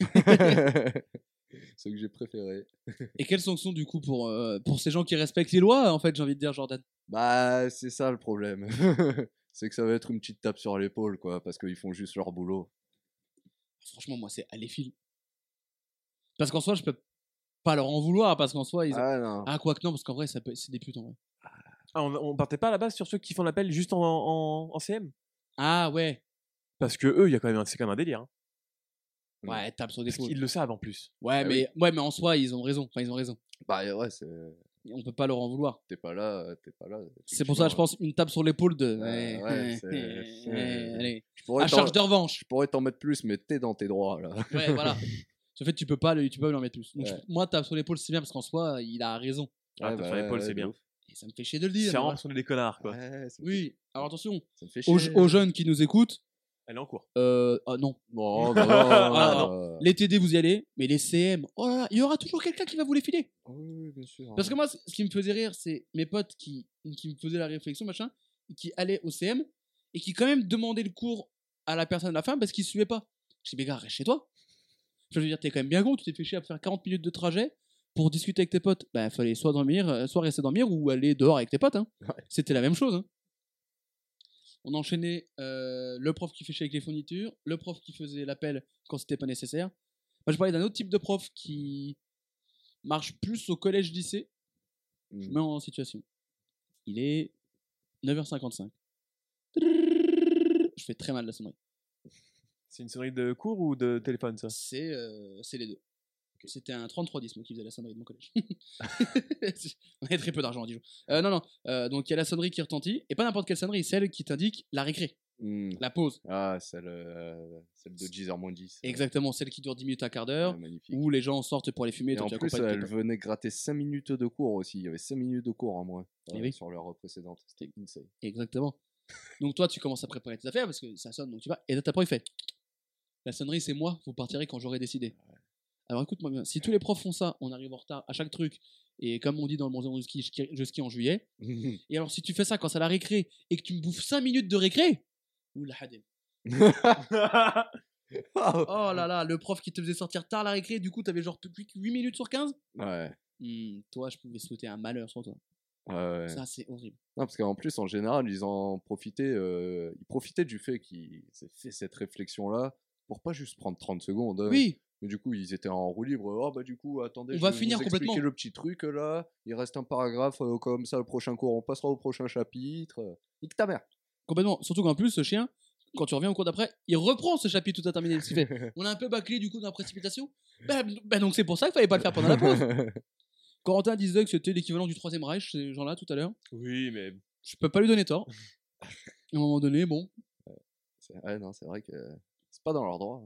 Ceux que j'ai préférés. Et quelles sanctions du coup pour ces gens qui respectent les lois, en fait, j'ai envie de dire, Jordan? Bah, c'est ça le problème. C'est que ça va être une petite tape sur l'épaule, quoi, parce qu'ils font juste leur boulot. Franchement, moi, c'est à les fils. Parce qu'en soi, je peux pas leur en vouloir, parce qu'en soi, ils. Ah non. Ah, quoi que non, parce qu'en vrai, c'est des putes en vrai. Ah, on partait pas à la base sur ceux qui font l'appel juste en CM? Ah, ouais. Parce que eux, c'est quand même un délire. Hein. Ouais, tape sur des Parce poules. qu'ils le savent en plus. Ouais, Ah mais en soi, ils ont raison. Enfin, ils ont raison. Bah ouais, c'est... Et on peut pas leur en vouloir. T'es pas là. C'est pour ça, je pense, une tape sur l'épaule de. Ouais, c'est- Allez. Je pourrais À t'en- charge de revanche. Je pourrais t'en mettre plus, mais t'es dans tes droits, là. Ouais, voilà. En fait, tu peux pas lui en mettre plus. Donc, Ouais. moi, tape sur l'épaule, c'est bien parce qu'en soi, il a raison. Ah, tape sur l'épaule, c'est de bien. ouf. Et ça me fait chier de le dire. C'est mais vraiment voilà. parce qu'on est des connards, quoi. Ouais, ça me Oui. Alors attention, ça me fait chier. aux jeunes qui nous écoutent, Elle est en cours. non. Bon, non, Alors, les TD, vous y allez, mais les CM, oh là là, il y aura toujours quelqu'un qui va vous les filer. Oui, bien sûr. Parce que moi, ce qui me faisait rire, c'est mes potes qui me faisaient la réflexion, machin, et qui allaient au CM et qui quand même demandaient le cours à la personne à la fin parce qu'ils ne suivaient pas. Je dis, mais gars, reste chez toi. Je veux dire, t'es quand même bien gros, tu t'es fait chier à faire 40 minutes de trajet pour discuter avec tes potes. Bah, fallait soit dormir, soit rester dormir ou aller dehors avec tes potes. Hein. Ouais. C'était la même chose. Hein. On enchaînait le prof qui fait chier avec les fournitures, le prof qui faisait l'appel quand c'était pas nécessaire. Moi, je parlais d'un autre type de prof qui marche plus au collège-lycée. Je me mets en situation. Il est 9h55. Je fais très mal la sonnerie. C'est une sonnerie de cours ou de téléphone, ça? C'est les deux. C'était un 3310 moi, qui faisait la sonnerie de mon collège. On avait très peu d'argent à Dijon. Non. Donc il y a la sonnerie qui retentit, et pas n'importe quelle sonnerie, celle qui t'indique la récré. La pause. Ah, celle de 10h moins 10. Exactement, celle qui dure 10 minutes à quart d'heure, Magnifique. où les gens sortent pour aller fumer. Et toi, en tu plus, accompagnes elle quelqu'un. venait gratter 5 minutes de cours aussi. Il y avait 5 minutes de cours en moins Eh oui. sur l'heure précédente. C'était insane. Exactement. Donc toi, tu commences à préparer tes affaires parce que ça sonne, donc tu vas. Et là, t'as pas il fait. La sonnerie, c'est moi, vous partirez quand j'aurai décidé. Alors écoute-moi bien, si tous les profs font ça, on arrive en retard à chaque truc, et comme on dit dans le monde du ski, je skie en juillet, et alors si tu fais ça quand c'est la récré, et que tu me bouffes 5 minutes de récré, oula hadem. Oh là là, le prof qui te faisait sortir tard la récré, du coup t'avais genre plus que 8 minutes sur 15. Ouais. Toi, je pouvais souhaiter un malheur sur toi. Ouais. Ça, c'est horrible. Non, parce qu'en plus, en général, ils profitaient du fait qu'ils aient fait cette réflexion-là pour pas juste prendre 30 secondes. Oui, Mais du coup, ils étaient en roue libre. Oh, bah, du coup, attendez, On je va vais finir vous expliquer complètement. le petit truc là. Il reste un paragraphe comme ça, le prochain cours, on passera au prochain chapitre. Nique ta mère. complètement. Surtout qu'en plus, ce chien, quand tu reviens au cours d'après, il reprend ce chapitre tout à terminer. Ce qu'il fait. On a un peu bâclé du coup dans la précipitation. Bah donc c'est pour ça qu'il fallait pas le faire pendant la pause. Corentin disait que c'était l'équivalent du Troisième Reich, ces gens-là, tout à l'heure. Oui, mais Je peux pas lui donner tort. À un moment donné, bon. Ouais, non, c'est vrai que c'est pas dans leur droit.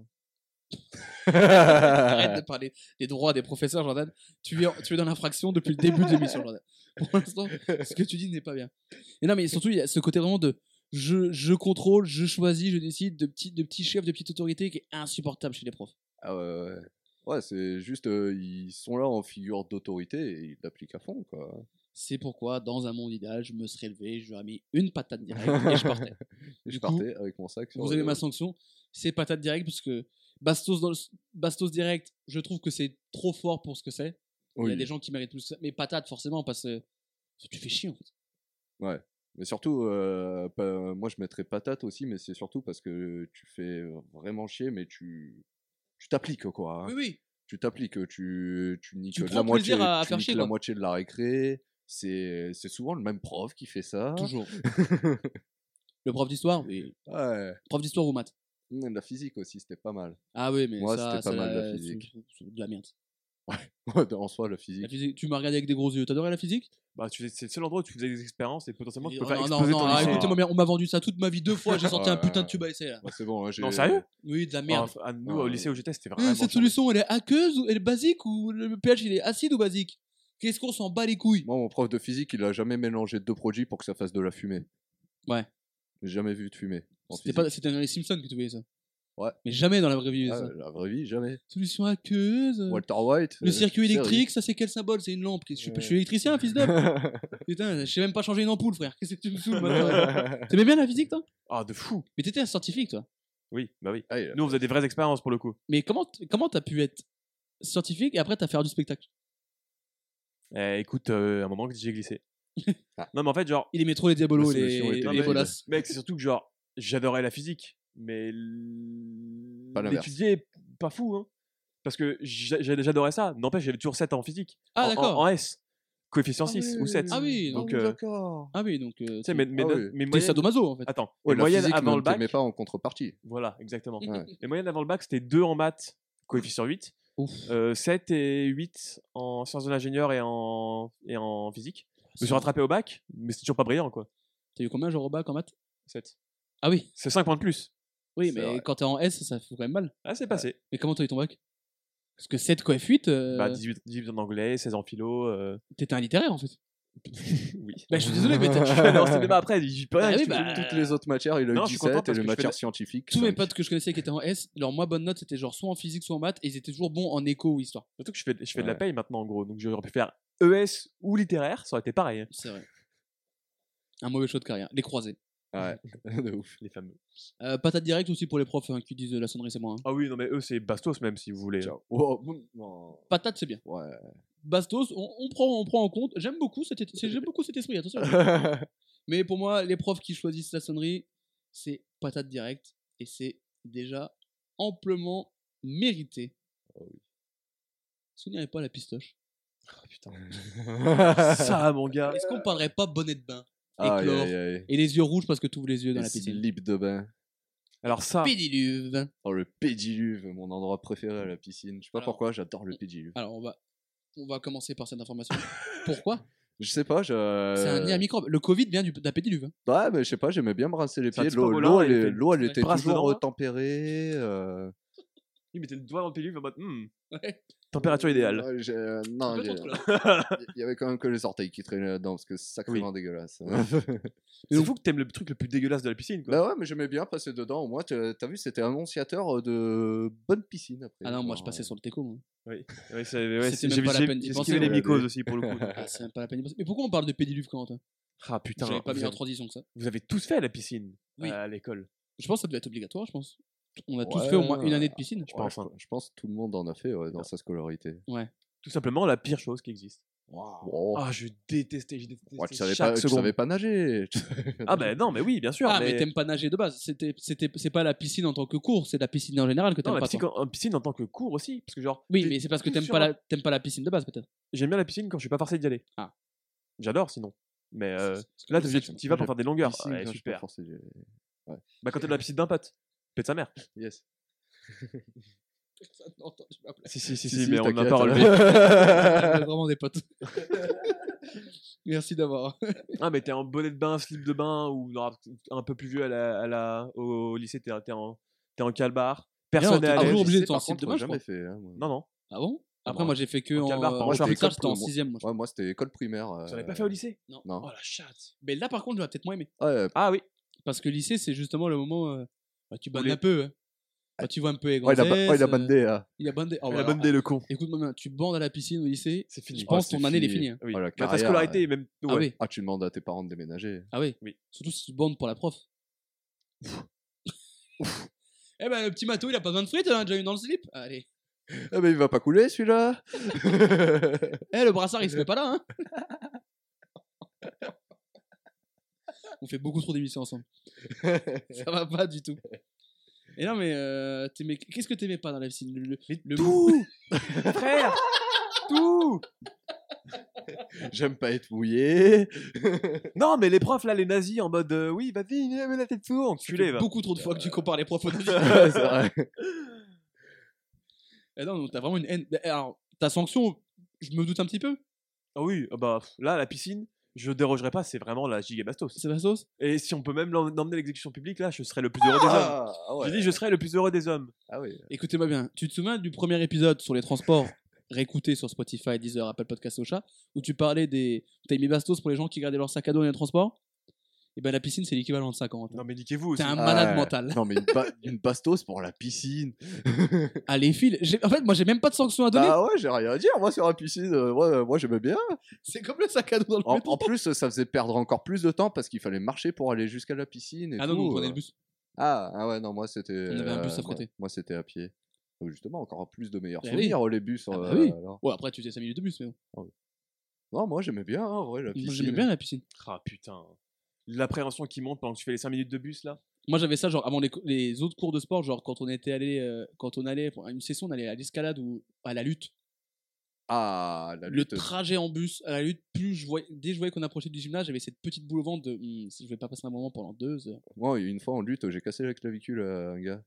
Arrête de parler des droits des professeurs, Jordan. Tu es dans l'infraction depuis le début de l'émission, Jordan. Pour l'instant, ce que tu dis n'est pas bien. Et non, mais surtout, il y a ce côté vraiment de je contrôle, je choisis, je décide, de petits chefs, de petite autorité qui est insupportable chez les profs. Ah ouais. Ouais, c'est juste, ils sont là en figure d'autorité et ils l'appliquent à fond, quoi. C'est pourquoi, dans un monde idéal, je me serais levé, j'aurais mis une patate directe et je partais. Et Du je coup, partais avec mon sac sur Vous avez ma sanction, c'est patate directe parce que Bastos direct, je trouve que c'est trop fort pour ce que c'est. Il y a Oui. des gens qui méritent plus que ça. Mais patate, forcément, parce que tu fais chier en fait. Ouais. Mais surtout, moi je mettrais patate aussi, mais c'est surtout parce que tu fais vraiment chier, mais tu t'appliques, quoi. Oui, Hein. oui. Tu t'appliques, tu niques Tu la prends moitié, plaisir à tu faire niques chier, la quoi. moitié de la récré. C'est souvent le même prof qui fait ça. Toujours. Le prof d'histoire, oui. Ouais. Prof d'histoire ou maths. La physique aussi, c'était pas mal. Ah oui, mais Moi, ça, c'était pas ça, mal, la là, physique. c'est de la merde. En soi, la La physique. physique, tu m'as regardé avec des gros yeux. T'adorais la physique? bah, c'est le seul endroit où tu faisais des expériences et potentiellement tu peux Oh, faire non, exploser ton non, lycée. écoutez-moi bien, on m'a vendu ça toute ma vie 2 fois. J'ai sorti un putain de tube à essai là. Ouais, c'est bon, hein, j'ai... Non, sérieux? Oui, de la merde. Nous, au lycée où j'étais, c'était vraiment. Cette chiant. solution, elle est aqueuse ou elle est basique ou le pH il est acide ou basique? Qu'est-ce qu'on s'en bat les couilles? Moi, mon prof de physique, il a jamais mélangé deux produits pour que ça fasse de la fumée. Ouais. J'ai jamais vu de fumée. en C'était physique. c'était dans les Simpsons que tu voyais ça. Ouais. Mais jamais dans la vraie vie. Ah, ça. la vraie vie, jamais. Solution aqueuse. Walter White. Le circuit série. électrique, ça c'est quel symbole? C'est une lampe. Je suis électricien, fils de. Putain, je sais même pas changer une ampoule, frère. Qu'est-ce que tu me saoules maintenant? T'aimais bien la physique, toi? Ah, de fou. Mais t'étais un scientifique, toi. Oui, bah oui. Ah, il a- Nous, on faisait des vraies expériences pour le coup. Mais comment t'as pu être scientifique et après t'as fait du spectacle? Écoute, à un moment que j'ai glissé. Ah. Non, mais en fait, genre. Il aimait trop les diabolos, La solution était les vide. bolas. Mec, c'est surtout que, genre, j'adorais la physique. Mais. Pas l'inverse. L'étudier, pas fou, hein. Parce que j'adorais ça. N'empêche, j'avais toujours 7 en physique. Ah, En- d'accord. En S. Coefficient 6 ou 7. Ah oui, donc, d'accord. Ah oui, donc. Tu sais, mes Ah oui. mes T'es moyennes. sadomaso, en fait. Attends, Ouais, mes la moyennes physique avant ne le bac. t'aimait pas en contrepartie. Voilà, exactement. Ouais. Les moyennes avant le bac, c'était 2 en maths, coefficient 8. Ouf. 7 et 8 en sciences de l'ingénieur et en physique. Je me suis rattrapé au bac, mais c'est toujours pas brillant, quoi. T'as eu combien, genre, au bac en maths? 7. Ah oui. C'est 5 points de plus. Oui, C'est mais vrai. quand t'es en S, ça fait quand même mal. Ah, c'est passé. Mais comment t'as eu ton bac? Parce que 7 coef 8, Bah, 18 en anglais, 16 en philo. t'étais un littéraire, en fait. Oui. Bah, je suis désolé, mais Je suis allé en cinéma après, j'y peux rien. Ah oui, tu veux. bah, Toutes les autres matières, il a eu Non, je suis content 17 et parce les que je fais matières de- scientifiques. tous mes 5. potes que je connaissais qui étaient en S, leur moins bonne note, c'était genre soit en physique, soit en maths, et ils étaient toujours bons en éco ou histoire. Surtout que je fais de la Ouais. paye maintenant, en gros. Donc j'aurais pu faire ES ou littéraire, ça aurait été pareil. C'est vrai. Un mauvais choix de carrière. Les croisés. Ouais, de ouf. Les fameux. Patate directe aussi pour les profs hein, qui disent la sonnerie, c'est moi. hein. Ah oui, non, mais eux, c'est Bastos même, si vous voulez. Ciao. Oh, non. Patate, c'est bien. Ouais. Bastos, on prend en compte. J'aime beaucoup cet esprit, attention. Mais pour moi, les profs qui choisissent la sonnerie, c'est patate directe. Et c'est déjà amplement mérité. Oh oui. Est-ce qu'on n'irait pas à la pistoche? Oh, putain. Ça, mon gars. Est-ce qu'on parlerait pas bonnet de bain? Aïe, Éclore. aïe, aïe. Et les yeux rouges parce que tu ouvres les yeux dans Les la piscine. slips de bain. Alors ça, Pédiluve. Oh, le pédiluve, mon endroit préféré à la piscine. Je sais pas Alors- pourquoi, j'adore le pédiluve. Alors, on va commencer par cette information. Pourquoi? Je sais pas, C'est un nid à microbes. Le Covid vient de la pédiluve. Hein. Ouais, mais je sais pas, j'aimais bien me rincer les C'est un pieds. petit peu volant, il fait L'eau, elle Ouais. était brasse toujours dedans, là. tempérée. Il mettait le doigt dans le pédiluve en mode Ouais. température idéale. Ouais, non, Un peu il trop, là. y avait quand même que les orteils qui traînaient là-dedans parce que c'est sacrément dégueulasse. C'est fou que t'aimes le truc le plus dégueulasse de la piscine, quoi. Bah ouais, mais j'aimais bien passer dedans. Au moins, t'as vu, c'était annonciateur de bonne piscine après. Ah non, moi je genre, passais sur le teco. Moi. Ouais, C'était même pas la peine d'y j'ai penser, esquivé les ouais. mycoses aussi pour le coup. Ah, c'est même pas la peine d'y penser. Mais pourquoi on parle de pédiluve, Corentin? Ah putain, J'avais pas mis vous en avez, transition que ça. vous avez tous fait la piscine Oui. à l'école. Je pense que ça devait être obligatoire, je pense. On a tous Ouais, fait au moins une année de piscine. Je pense, hein. je pense que tout le monde en a fait dans sa scolarité. Ouais. Tout simplement la pire chose qui existe. Wow. Ah, j'ai détesté Ouais, tu savais chaque pas, tu seconde. savais pas nager. Ah bah non, mais oui, bien sûr. Ah, mais mais t'aimes pas nager de base. C'est pas la piscine en tant que cours, c'est la piscine en général que non, t'aimes la pas. piscine, toi. en piscine en tant que cours aussi, parce que genre. Oui, t'es mais c'est parce que tout t'aimes sur pas la piscine de base, peut-être. J'aime bien la piscine quand je suis pas forcé d'y aller. Ah. J'adore sinon. Mais C'est là, comme ça, tu vas pour faire des longueurs. Piscine, Ouais, quand je suis pas super. forcé, Bah quand t'es dans la piscine d'un pote, pète sa mère. Yes. Si, mais on n'a t'inquiète. pas relevé. On est vraiment des potes. Merci d'avoir. Ah, mais t'es en bonnet de bain, slip de bain, ou non, un peu plus vieux au lycée, t'es en calbar. Personne t'es n'est à toujours l'aise. obligé de par ton slip contre, de bain, je jamais crois. fait. Hein, moi. Non. Ah bon? Après, bon, moi j'ai fait que en calbar, par en contre, plus tard, j'étais en moi. 6ème. Moi, je crois. Ouais, moi, c'était école primaire. Tu l'avais pas fait au lycée? Non. Oh la chatte. Mais là, par contre, j'aurais peut-être moins aimé. Ouais, Ah oui. Parce que lycée, c'est justement le moment où tu bandes les- un peu. Hein. Bah, tu vois un peu les ouais, gonzesses. il a bandé. Il a bandé. Oh, La bah, bonne dé, le con. écoute-moi bien, tu bandes à la piscine au lycée, C'est fini. je pense c'est ton année elle est fini. finie. Hein. Oui. Oh, la Bah, ta carrière, scolarité, même. Ah ouais. oui, Ah, tu demandes à tes parents de déménager. ah oui. Oui. Surtout si tu bandes pour la prof. Eh ben, le petit Mato, il a pas besoin de frites, hein, déjà une dans le slip. Allez. Ah, mais il va pas couler celui-là. Eh, le brassard, il se met pas là, hein. On fait beaucoup trop d'émissions ensemble. Ça va pas du tout. Et non, mais qu'est-ce que t'aimais pas dans la piscine? Le Tout Frère Tout J'aime pas être mouillé. Non, mais les profs, là, les nazis, en mode oui, vas-y, mets la tête sous, enculé, va. beaucoup trop de fois que tu compares les profs aux nazis. Ouais, c'est vrai. Eh non, t'as vraiment une haine. Alors, ta sanction, je me doute un petit peu. Ah oui, bah là, la piscine, je dérogerai pas, c'est vraiment la giga bastos. C'est la sauce. Et si on peut même l'emmener à l'exécution publique, là, je serai le plus heureux des hommes. Ah, ouais. J'ai dit, je serai le plus heureux des hommes. Ah oui. Écoutez-moi bien. Tu te souviens du premier épisode sur les transports réécouté sur Spotify, Deezer, Apple Podcast, Ocha, où tu parlais des. T'as mis bastos pour les gens qui gardaient leur sac à dos dans les transports? Et ben la piscine, c'est l'équivalent de ça, Corentin. Non, mais niquez-vous aussi. T'es un malade Ouais. mental. Non, mais une bastos pour la piscine. Ah, les fils. En fait, moi, j'ai même pas de sanction à donner. Ah ouais, j'ai rien à dire. Moi, sur la piscine, moi j'aimais bien. C'est comme le sac à dos dans le métro. En plus, ça faisait perdre encore plus de temps parce qu'il fallait marcher pour aller jusqu'à la piscine. Et Ah tout. non, on prenait le bus. Ah ouais, non, moi c'était. On avait un bus à moi, frotter. moi, c'était à pied. Justement, encore plus de meilleurs Eh souvenirs, les bus. Ah bah oui. alors. Ouais, après, tu faisais 5 minutes de bus, mais bon. Non, moi j'aimais bien, hein, ouais, la Moi, piscine. j'aimais bien la piscine. Ah putain. L'appréhension qui monte pendant que tu fais les 5 minutes de bus, là. Moi, j'avais ça, genre, avant les autres cours de sport, genre, quand on était allé, quand on allait pour une session, on allait à l'escalade ou à la lutte. Ah, la Le lutte. trajet en bus à la lutte, dès que je voyais qu'on approchait du gymnase, j'avais cette petite boule au ventre de si je vais pas passer un moment pendant 2 heures. Moi, une fois en lutte, j'ai cassé la clavicule à un gars.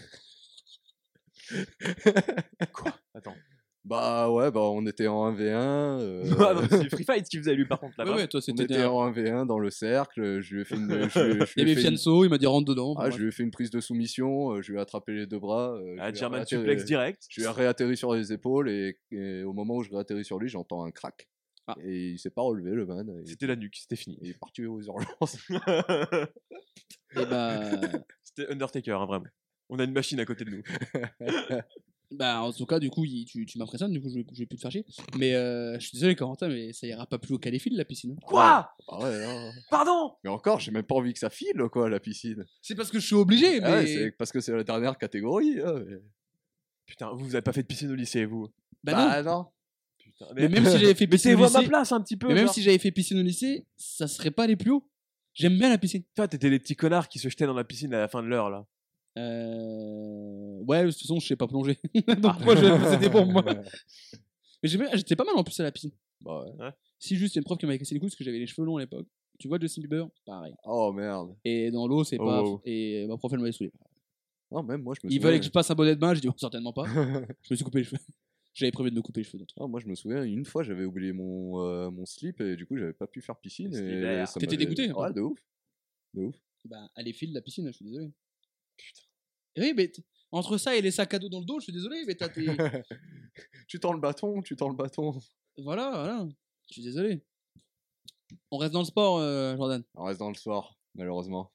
Quoi? Attends. Bah ouais, bah on était en 1v1. Ah non, c'est Free Fight qui faisait lui, par contre, Ouais, là-bas. ouais, toi, On c'était était en 1v1 dans le cercle. Je lui ai fait une. Il y avait Fianso, il m'a dit rentre dedans. Je lui ai fait une prise de soumission. Je lui ai attrapé les deux bras. Ah, je lui ai German réatterri- suplex direct. Je lui ai réatterri sur les épaules et au moment où je réatterris sur lui, j'entends un crack. Ah. Et il s'est pas relevé, le man. Et C'était la nuque, c'était fini. il est parti aux urgences. Et bah, C'était Undertaker, hein, vraiment. On a une machine à côté de nous. bah, en tout cas, du coup, tu m'impressionnes, du coup, je vais plus te faire chier. Mais je suis désolé, Corentin, mais ça ira pas plus haut qu'à les fils, la piscine. Quoi? Ah ouais, non. Pardon? Mais encore, j'ai même pas envie que ça file, quoi, la piscine. C'est parce que je suis obligé, mais. Ah ouais, c'est parce que c'est la dernière catégorie. hein, mais... Putain, vous avez pas fait de piscine au lycée, vous? Bah non. non. Putain, Mais même si j'avais fait piscine au Mettez-vous à ma lycée, place un petit peu. mais même genre. si j'avais fait piscine au lycée, ça serait pas les plus hauts. J'aime bien la piscine. Toi, t'étais les petits connards qui se jetaient dans la piscine à la fin de l'heure, là. Ouais, de toute façon, je sais pas plonger. Donc moi, c'était pour moi. Mais j'étais pas mal en plus à la piscine. Bah ouais. Si juste, il y a une prof qui m'avait cassé les couilles parce que j'avais les cheveux longs à l'époque. Tu vois Justin Bieber? Pareil. Oh merde. Et dans l'eau, c'est pas. Oh. Et ma prof, elle m'avait saoulé. Non, même moi, je me Il souviens. fallait que je passe un bonnet de bain, je dis, oh, certainement pas. Je me suis coupé les cheveux. J'avais prévu de me couper les cheveux. Ah, moi, je me souviens, une fois, j'avais oublié mon slip et du coup, j'avais pas pu faire piscine. Le slip Et vert. ça T'étais m'avait- dégoûté, Ouais, hein. de ouf. De ouf. Bah, allez, file la piscine, je suis désolé. Putain. Oui, mais entre ça et les sacs à dos dans le dos, je suis désolé, mais t'as tes. Tu tends le bâton, tu tends le bâton. Voilà. Je suis désolé. On reste dans le sport, Jordan. On reste dans le sport, malheureusement.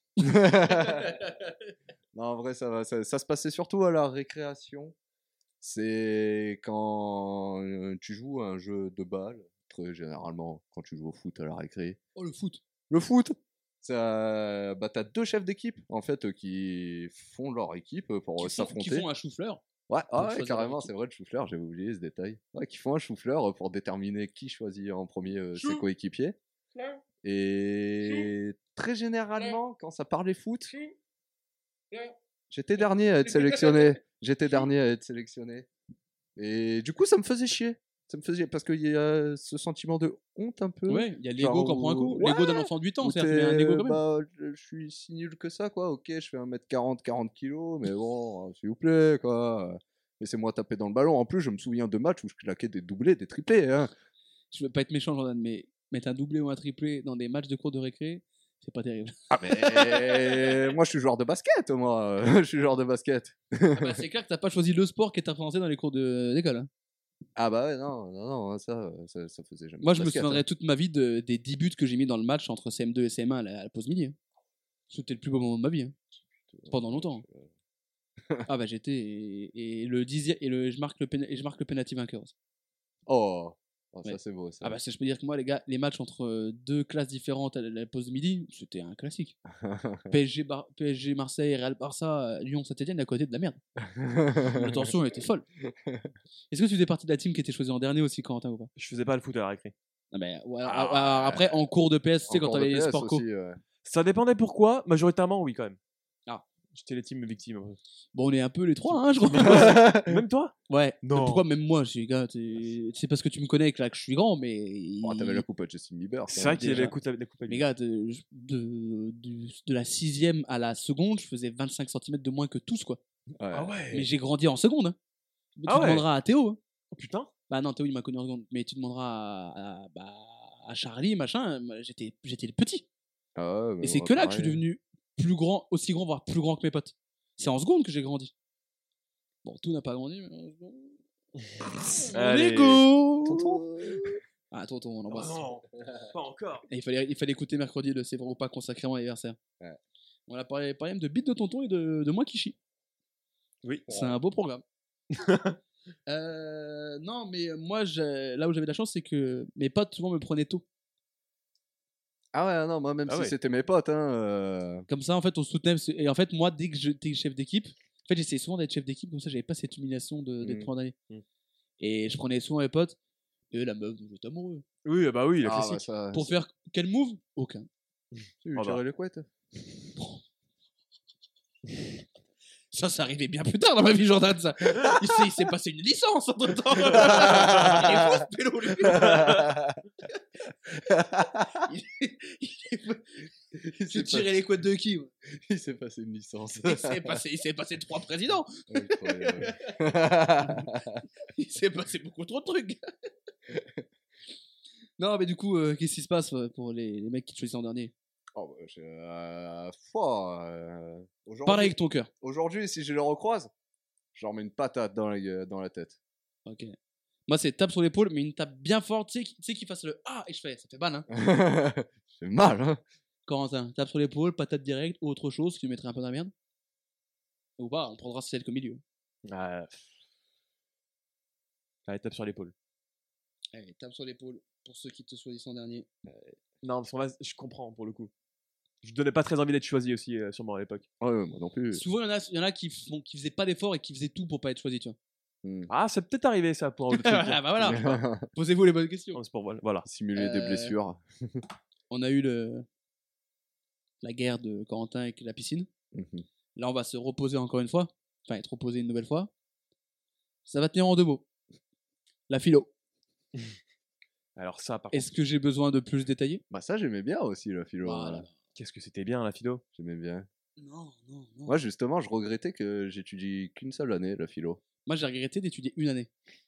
Non, en vrai, ça va. Ça se passait surtout à la récréation. C'est quand tu joues à un jeu de balle, très généralement quand tu joues au foot à la récré. Oh, le foot. Le foot, bah, t'as 2 chefs d'équipe en fait qui font leur équipe pour Qui s'affronter. font un chou-fleur. Ouais, pour ouais, choisir carrément, leur équipe. c'est vrai, le chou-fleur, j'avais oublié ce détail. Ouais, qui font un chou-fleur pour déterminer qui choisit en premier ses coéquipiers. Et très généralement, quand ça parlait foot, j'étais dernier à être sélectionné. Et du coup, ça me faisait chier. Parce qu'il y a ce sentiment de honte un peu. Ouais, il y a Genre l'ego qui en prend un coup. où- L'ego d'un enfant de 8 ans, où certes, mais un ego quand même. bah, je suis si nul que ça, quoi. Ok, je fais 1m40, 40 kilos, mais bon, s'il vous plaît, quoi. Laissez-moi taper dans le ballon. En plus, je me souviens de matchs où je claquais des doublés, des triplés. Hein. Je veux pas être méchant, Jordan, mais mettre un doublé ou un triplé dans des matchs de cours de récré, c'est pas terrible. Ah, mais moi, je suis joueur de basket, moi. Je suis joueur de basket. Ah bah, c'est clair que t'as pas choisi le sport qui est influencé dans les cours d'école. Hein. Ah, bah ouais, non, ça faisait jamais. Moi, de je me basket, souviendrai hein. toute ma vie des 10 buts que j'ai mis dans le match entre CM2 et CM1 à la pause midi. Hein. C'était le plus beau moment de ma vie. Hein. Pendant longtemps. Ah bah j'étais et le dixième et je marque le penalty vainqueur aussi. Oh, Ouais. ça c'est beau. Ça. Ah bah je peux dire que moi les gars, les matchs entre deux classes différentes à la pause de midi, c'était un classique. PSG Marseille, Real Barça, Lyon Saint-Etienne à côté de la merde. La tension était folle. Est-ce que tu faisais partie de la team qui était choisie en dernier aussi, Corentin, ou pas? Je faisais pas le foot à la récré. Non, mais, ouais, Ah, après en cours de PS, tu sais, quand Encore t'avais de les PS sports co. aussi, ouais. Ça dépendait pourquoi, majoritairement oui quand même. Ah. J'étais les teams victimes. Bon, on est un peu les trois, hein, je crois. Même toi? Ouais. Non. Pourquoi même moi, je suis gars, c'est parce que tu me connais que là que je suis grand, mais Oh, t'avais la coupe à Justin Bieber. C'est vrai qu'il y avait déjà. la coupe à Mais lui. gars, de la 6ème à la seconde, je faisais 25 cm de moins que tous, quoi. Ah ouais. Mais j'ai grandi en seconde. Hein. Ah Tu ouais. demanderas à Théo. Hein. Oh putain. Bah non, Théo, il m'a connu en seconde. Mais tu demanderas à Charlie, machin. Moi, j'étais le petit. Ah ouais, Et mais c'est moi, que là que je suis pareil. devenu plus grand, aussi grand, voire plus grand que mes potes. C'est en seconde que j'ai grandi. Bon, tout n'a pas grandi, malheureusement. Allez. Lego Tonton. Ah, tonton, on Oh l'embrasse. non, pas encore. Et il fallait écouter mercredi le C'est vrai ou pas consacré à mon anniversaire. Ouais. On a parlé même de bite de tonton et de moi qui chie. Oui. C'est un beau programme. Non, mais moi, là où j'avais de la chance, c'est que mes potes souvent me prenaient tôt. Ah ouais, non, moi, même Ah si ouais. c'était mes potes, hein. Comme ça, en fait, on se soutenait. Et en fait, moi, dès que j'étais chef d'équipe, en fait, j'essayais souvent d'être chef d'équipe, comme ça, j'avais pas cette humiliation d'être Mm. première d'année. Mm. Et je prenais souvent mes potes. Et la meuf, j'étais amoureux. Oui, bah oui, la Ah, classique. ouais, ça, Pour faire quel move? Aucun. Tu Ah tirais bah. les couettes. Ça arrivait bien plus tard dans ma vie, Jordan, ça. Il s'est passé une licence entre temps. Il est fou, ce pélo, lui. Tu tirais les couettes de qui? Ouais. Il s'est passé une licence. Il s'est passé 3 présidents. Incroyable. Il s'est passé beaucoup trop de trucs. Non, mais du coup, qu'est-ce qui se passe pour les mecs qui te choisissent en dernier? Oh, bah, aujourd'hui, Parle avec ton cœur. aujourd'hui, si je le recroise, je leur mets une patate dans la tête. Ok. Moi, c'est tape sur l'épaule, mais une tape bien forte. Tu sais qu'il fasse le Ah et je fais, ça fait mal, hein. C'est mal, hein. Corentin, tape sur l'épaule, patate directe ou autre chose qui lui mettrait un peu dans la merde. Ou pas, on prendra celle qu'au milieu. Ah. Allez, tape sur l'épaule. Allez, tape sur l'épaule pour ceux qui te choisissent en dernier. Non, parce que là, je comprends pour le coup. Je donnais pas très envie d'être choisi aussi, sûrement à l'époque. Ouais, moi non plus. Souvent, il y en a qui faisaient pas d'effort et qui faisaient tout pour pas être choisi, tu vois. Ah, c'est peut-être arrivé ça pour un autre truc. Ah bah voilà, posez-vous les bonnes questions. Non, c'est pour voilà. Simuler des Euh, blessures. On a eu la guerre de Corentin avec la piscine. Mhm. Là, on va se reposer encore une fois. Enfin, être reposé une nouvelle fois. Ça va tenir en 2 mots. La philo. Alors ça, par Est-ce contre, que j'ai besoin de plus détailler? Bah ça, j'aimais bien aussi, la philo. Voilà. qu'est-ce que c'était bien la philo. J'aimais bien. Non. Moi, justement, je regrettais que j'étudie qu'une seule année, la philo. Moi, j'ai regretté d'étudier une année.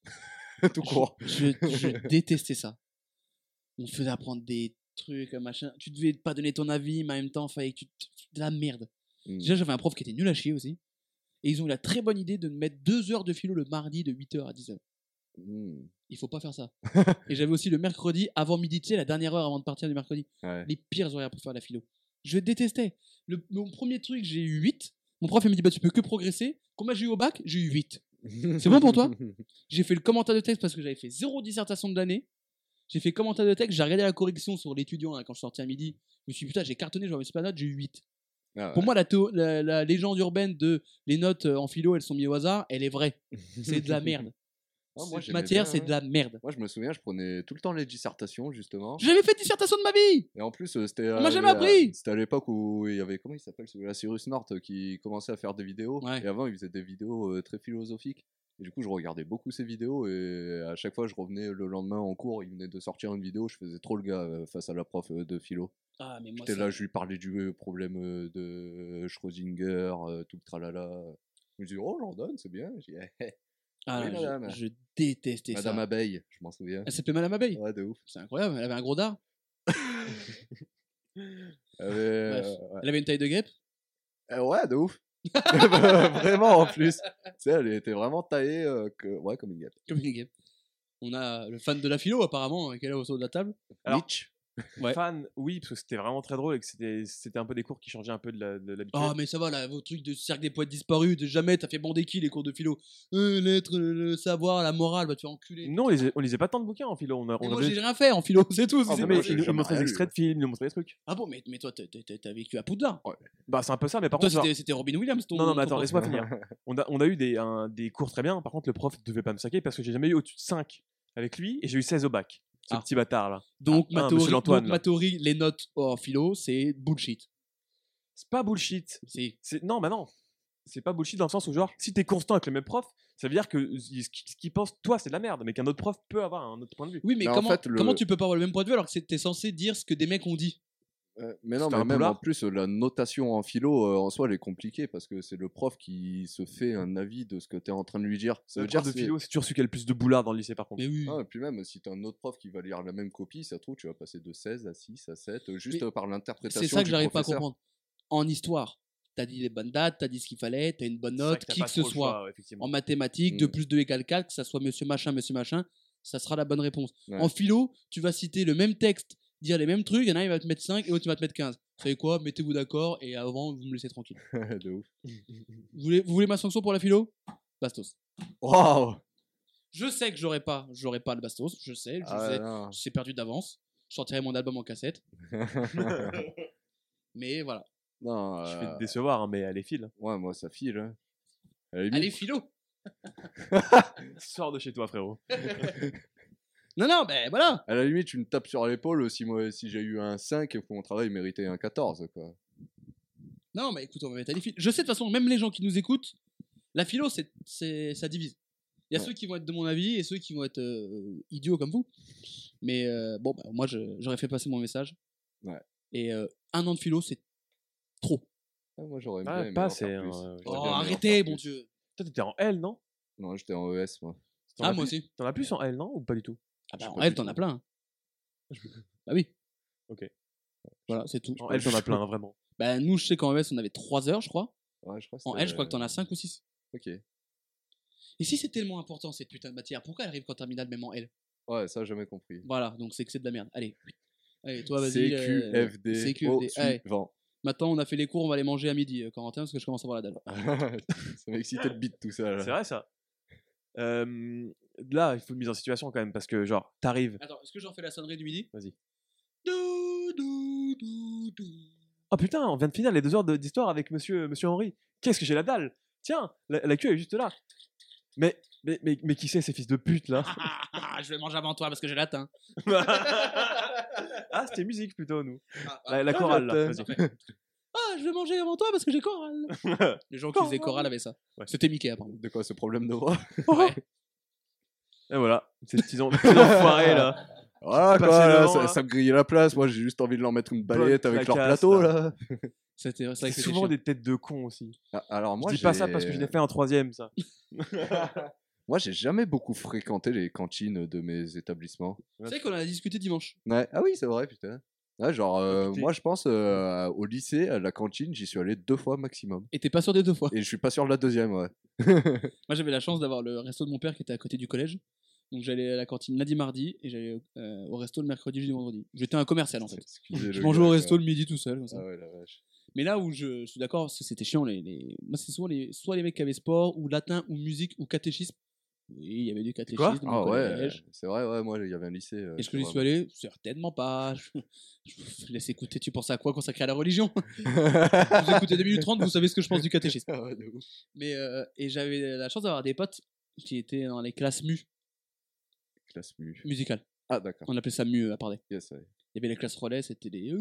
Tout court. Je détestais ça. On te faisait apprendre des trucs, machin. Tu devais pas donner ton avis, mais en même temps, fallait que tu de la merde. Déjà, j'avais un prof qui était nul à chier aussi. Et ils ont eu la très bonne idée de me mettre 2 heures de philo le mardi de 8h à 10h. Il faut pas faire ça. Et j'avais aussi le mercredi avant midi, tu sais, la dernière heure avant de partir du mercredi. Ouais. Les pires horaires pour faire la philo. Je détestais. Mon premier truc, j'ai eu 8. Mon prof il me dit, bah tu peux que progresser. Combien j'ai eu au bac? J'ai eu 8. C'est bon pour toi? J'ai fait le commentaire de texte parce que j'avais fait 0 dissertation de l'année. J'ai fait commentaire de texte, j'ai regardé la correction sur l'étudiant là, quand je suis sorti à midi. Je me suis dit, putain, j'ai cartonné, j'aurais pas de note, j'ai eu 8. Ah ouais. Pour moi, la légende urbaine de les notes en philo, elles sont mises au hasard, elle est vraie. C'est de la merde. Ah, moi, Cette j'aimais matière, bien, c'est hein. de la merde. Moi, je me souviens, je prenais tout le temps les dissertations, justement. J'ai jamais fait de dissertation de ma vie. Et en plus, c'était. On m'a jamais appris. C'était à l'époque où il y avait, comment il s'appelle celui-là, Cyrus North, qui commençait à faire des vidéos. Ouais. Et avant, il faisait des vidéos très philosophiques. Et du coup, je regardais beaucoup ses vidéos. Et à chaque fois, je revenais le lendemain en cours. Il venait de sortir une vidéo. Je faisais trop le gars face à la prof de philo. Ah, mais moi, J'étais là, je lui parlais du problème de Schrödinger, tout le tralala. Je me dis, oh, Jordan, c'est bien. Je dis, Ah, oui, madame. je détestais Madame ça. Abeille, je m'en souviens. Elle s'appelait Madame Abeille. Ouais, de ouf. C'est incroyable, elle avait un gros dard. Ouais. Elle avait une taille de guêpe. Ouais, de ouf. Vraiment en plus. Tu sais, elle était vraiment taillée ouais, comme une guêpe. Comme une guêpe. On a le fan de la philo, apparemment, qui est là au saut de la table. Alors, Nietzsche. Ouais. Fan, oui, parce que c'était vraiment très drôle et que c'était un peu des cours qui changeaient un peu de l'habitude. Ah, mais ça va, là, vos trucs de cercle des poètes disparus, de jamais, t'as fait bander qui les cours de philo? L'être, le savoir, la morale, bah tu vas enculer. Non, on lisait pas tant de bouquins en philo. On Mais moi, avait... j'ai rien fait en philo, c'est tout. Ah, c'est Non, moi, mais tout. j'ai ils nous jamais montraient des rien extraits de films, ils nous montraient des trucs. Ah bon, mais toi, t'as vécu à Poudlard. Bah, c'est un peu ça, mais par Toi, contre. genre- c'était Robin Williams, ton. Non, non, mais ton attends, prof. laisse-moi finir. On a eu des cours très bien. Par contre, le prof devait pas me saquer parce que j'ai jamais eu au-dessus de 5 avec lui et j'ai eu 16 au bac. Ce Ah. petit bâtard là. Donc, Ah, ma monsieur théorie, l'Antoine, là. les notes en philo, c'est bullshit. C'est pas bullshit. Si. Non, bah non. C'est pas bullshit dans le sens où, genre, si t'es constant avec le même prof, ça veut dire que ce qu'il pense, toi, c'est de la merde, mais qu'un autre prof peut avoir un autre point de vue. Oui, mais Mais en comment, fait, le- comment tu peux pas avoir le même point de vue alors que t'es censé dire ce que des mecs ont dit? Mais non, C'était mais un même polar. en plus, la notation en philo, en soi, elle est compliquée parce que c'est le prof qui se fait un avis de ce que tu es en train de lui dire. Ça Le veut dire prof de c'est- philo, c'est toujours celui qui a le plus de boulards dans le lycée, par contre. Mais oui. Ah, et puis même, si tu as un autre prof qui va lire la même copie, ça se trouve, tu vas passer de 16 à 6 à 7, juste Mais par l'interprétation C'est ça que du j'arrive pas à professeur. comprendre. En histoire, t'as dit les bonnes dates, t'as dit ce qu'il fallait, t'as une bonne C'est vrai note, que t'as qui pas que ce trop le soit. choix, effectivement. En mathématiques, 2 Mm. plus 2 égale 4, que ça soit monsieur machin, ça sera la bonne réponse. Ouais. En philo, tu vas citer le même texte, dire les mêmes trucs, il y en a un il va te mettre 5 et l'autre il va te mettre 15. Vous savez quoi? Mettez-vous d'accord et avant, vous me laissez tranquille. De ouf. Vous voulez ma sanction pour la philo? Bastos. Waouh! Je sais que j'aurais pas le bastos, je sais, Ah, je sais perdu d'avance. Je sortirai mon album en cassette. Mais voilà. non, Je vais te décevoir, hein, mais elle est file. ouais, moi, ça file. Hein. À la limite, Allez, philo! Sors de chez toi, frérot. Non, ben voilà! à la limite, tu me tapes sur l'épaule si j'ai eu un 5 et que mon travail méritait un 14. Quoi. Non, mais écoute, on va mettre à l'effet. Je sais de toute façon, même les gens qui nous écoutent, la philo, ça divise. Il y a Ouais. ceux qui vont être de mon avis et ceux qui vont être idiots comme vous. Mais bon, bah, moi, j'aurais fait passer mon message. Ouais. Et 1 an de philo, c'est trop. Ah, moi, j'aurais Ah, bien aimé pas en assez, faire hein, plus. ouais. J'aurais Oh, bien aimé en arrêtez, faire bon plus. Dieu. Toi, t'étais en L, non? Non, j'étais en ES, moi. T'en Ah, as moi plus- aussi. T'en as plus en L, non? Ou pas du tout? Ah bah, sais en pas L, du t'en tout. as plein. Bah oui. Ok. Voilà, c'est tout. En L, t'en as plein, hein, vraiment. Bah, nous, je sais qu'en ES, on avait 3 heures, je crois. Ouais, je crois que En c'était- L, je crois que t'en as 5 ou 6. Ok. Et si c'est tellement important, cette putain de matière, pourquoi elle arrive qu'en terminale, même en L? Ouais, ça, jamais compris. Voilà, donc c'est que c'est de la merde. Allez. Allez, toi, vas-y. CQFD. CQFD. Allez. Suivant. Maintenant, on a fait les cours, on va les manger à midi, Corentin, parce que je commence à avoir la dalle. Ça m'a excité de bite tout ça. Là. C'est vrai, ça. Là, il faut une mise en situation quand même, parce que, genre, t'arrives. Attends, est-ce que j'en fais la sonnerie du midi? Vas-y. Dou, dou, dou, dou. Oh putain, on vient de finir les 2 heures d'histoire avec monsieur Henri. Qu'est-ce que j'ai la dalle? Tiens, la queue est juste là. Mais qui c'est ces fils de pute là? Je vais manger avant toi parce que j'ai latin. Ah, c'était musique plutôt, nous. Ah, La chorale là, vas-y. je vais manger avant toi parce que j'ai chorale. Les gens qui faisaient chorale avaient ça. Ouais. C'était Mickey, apparemment. De quoi ce problème de voix? Ouais. Et voilà, ces petits enfoirés là. Voilà Passer quoi, devant, ça, là. ça me grille la place. Moi, j'ai juste envie de leur mettre une balayette avec leur clacasse, plateau là. là. C'est vrai C'est que c'était souvent chiant. des têtes de cons aussi. Ah, alors moi, Je dis pas ça parce que je l'ai fait en 3ème, ça. Moi, j'ai jamais beaucoup fréquenté les cantines de mes établissements. C'est vrai qu'on en a discuté dimanche. Ouais. Ah oui, c'est vrai, putain. Ouais, genre, putain. moi, je pense au lycée, à la cantine, j'y suis allé 2 fois maximum. Et t'es pas sûr des 2 fois. Et je suis pas sûr de la deuxième, ouais. Moi, j'avais la chance d'avoir le resto de mon père qui était à côté du collège. Donc, j'allais à la cantine lundi, mardi et j'allais au resto le mercredi, jeudi, vendredi. J'étais un commercial en fait. Excusez Je le mangeais gars, au quoi. resto le midi tout seul. Comme ça. Ah ouais, la vache. Mais là où je suis d'accord, parce que c'était chiant, moi, c'est souvent soit les mecs qui avaient sport, ou latin, ou musique, ou catéchisme. Oui, il y avait du catéchisme dans mon Ah ouais, collège. c'est vrai, ouais, moi, il y avait un lycée. Est-ce que c'est j'y suis allé? Certainement pas. Je vous laisse écouter. Tu penses à quoi consacré à la religion? vrai. Vous écoutez 2 minutes 30, vous savez ce que je pense du catéchisme. Ah ouais, de ouf. Mais, et j'avais la chance d'avoir des potes qui étaient dans les classes Classe mu. musicales. Ah d'accord. On appelait ça mu à Pardais. Yes, ouais. Il y avait les classes relais, c'était des.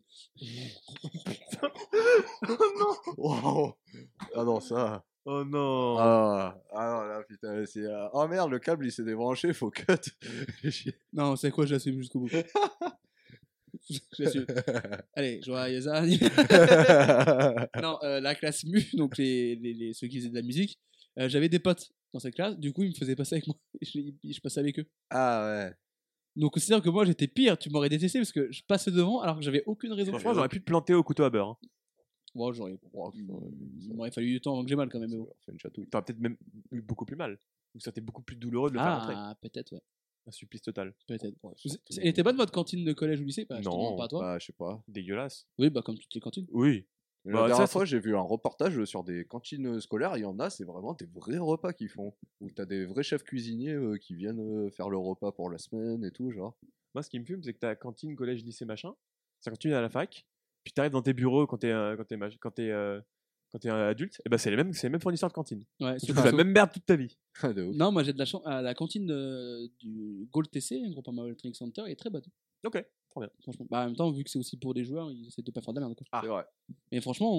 Wow. Ah non, ça. Oh non. Ah non, là, putain, c'est. Oh merde, le câble il s'est débranché, faut cut. Non, c'est quoi, j'assume jusqu'au bout. J'assume. Allez, joyeux anniversaire. Non, la classe mu, donc ceux qui faisaient de la musique, j'avais des potes dans cette classe, du coup ils me faisaient passer avec moi. Je passais avec eux. Ah ouais. Donc c'est-à-dire que moi j'étais pire, tu m'aurais détesté parce que je passais devant alors que j'avais aucune raison. Franchement, j'aurais pu te planter au couteau à beurre. Hein. Bon, j'aurais. Oh, Il m'aurait fallu du temps avant que j'ai mal quand même. Mais bon. Ça fait une chatouille. T'aurais peut-être même eu beaucoup plus mal. Ou ça t'est beaucoup plus douloureux de le faire rentrer. Ah, peut-être, ouais. Un supplice total. Peut-être. Ouais, Elle était bonne votre cantine de collège ou lycée? Bah, je te Non, demande pas à toi. Bah, je sais pas. Dégueulasse. Oui, bah comme toutes les cantines. Oui. La Bah, dernière ça, fois, j'ai vu un reportage sur des cantines scolaires. Il y en a, c'est vraiment des vrais repas qu'ils font. Où t'as des vrais chefs cuisiniers qui viennent faire le repas pour la semaine et tout, genre. Moi, ce qui me fume, c'est que t'as cantine, collège, lycée, machin. Ça continue à la fac. Puis t'arrives dans tes bureaux quand t'es adulte. Et bah, c'est les mêmes fournisseurs de cantine. Ouais, Tu fais la même merde toute ta vie. De ouf. Non, moi j'ai de la chance. La cantine du Gold TC, un groupe Marvel Training Center, est très bonne. Ok, trop bien. Franchement. Bah, en même temps, vu que c'est aussi pour des joueurs, ils essaient de pas faire de la merde. Quoi. Ah. C'est vrai. Mais franchement,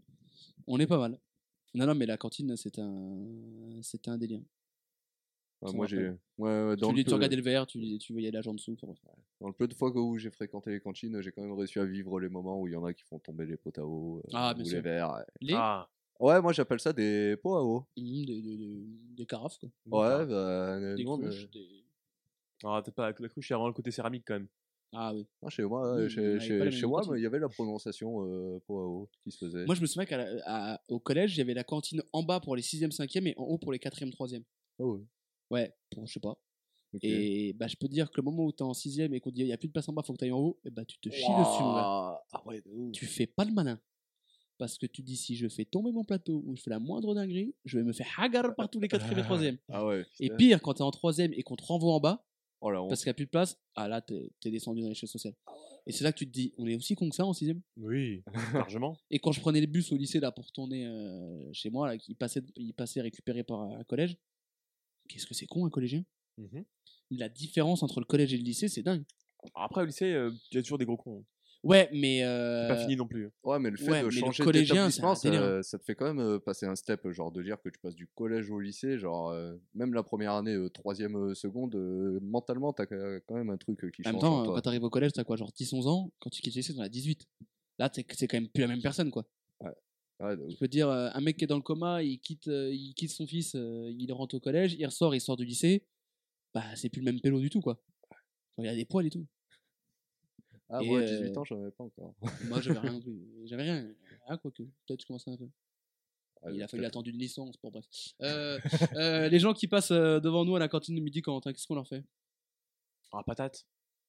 on est pas mal. Non, mais la cantine, c'était un délire. Ouais, Ça moi, me j'ai. rappelle. Ouais, Tu regardais le verre, tu voyais l'agent dessous. Enfin, bref. Dans le peu de fois où j'ai fréquenté les cantines, j'ai quand même réussi à vivre les moments où il y en a qui font tomber les pots à eau Ah, ou bien les sûr. verres. Les Ah. Ouais, moi j'appelle ça des pots à eau. des carafes, quoi. Ouais, bah, Des nous, cruches. Ah, peut-être pas la cruche, c'est vraiment le côté céramique quand même. Ah oui. chez moi, Oui, on avait pas la chez même moi, cantine. il y avait la prononciation pot à eau qui se faisait. Moi, je me souviens qu'au collège, il y avait la cantine en bas pour les 6e, 5e et en haut pour les 4e, 3e. Ah ouais. Ouais, je sais pas. Ok. Et bah, je peux te dire que le moment où t'es en 6e et qu'on te dit il n'y a plus de place en bas, faut que t'ailles en haut, et bah, tu te chies dessus, mon gars. Ah ouais, de ouf. Tu fais pas le malin. Parce que tu dis si je fais tomber mon plateau ou je fais la moindre dinguerie, je vais me faire hagar par tous les 4e et 3e. Ah ouais. Et putain. pire, quand t'es en 3e et qu'on te renvoie en bas, Oh la honte. parce qu'il n'y a plus de place, ah là, t'es descendu dans l'échelle sociale. Et c'est là que tu te dis, on est aussi con que ça en 6e. Oui, largement. Et quand je prenais les bus au lycée là pour tourner chez moi, là, qui passait récupéré par un collège, qu'est-ce que c'est con un collégien? Mhm. La différence entre le collège et le lycée, c'est dingue. Après, au lycée, il y a toujours des gros cons. Ouais, mais. C'est pas fini non plus. Ouais, mais le fait Ouais, de mais le changer collégien, c'est d'établissement, un délire. ça te fait quand même passer un step, genre de dire que tu passes du collège au lycée, genre même la première année, troisième, seconde, mentalement, t'as quand même un truc qui En même change temps, en toi. quand t'arrives au collège, t'as quoi, genre 10-11 ans? Quand tu quittes le lycée, t'en as 18. Là, c'est quand même plus la même personne, quoi. Ouais, de ouf. Je peux te dire, un mec qui est dans le coma, il quitte son fils, il rentre au collège, il sort du lycée, bah, c'est plus le même pélo du tout, quoi. Genre, il y a des poils et tout. Ah, Et, moi, à 18 ans, j'en avais pas encore. Moi, j'avais rien non plus. J'avais rien. Ah, quoique. Peut-être que je commençais un peu. Ah, Il a fallu peut-être. attendre une licence, pour bref. Les gens qui passent devant nous à la cantine de midi, Corentin, qu'est-ce qu'on leur fait? Ah, patate.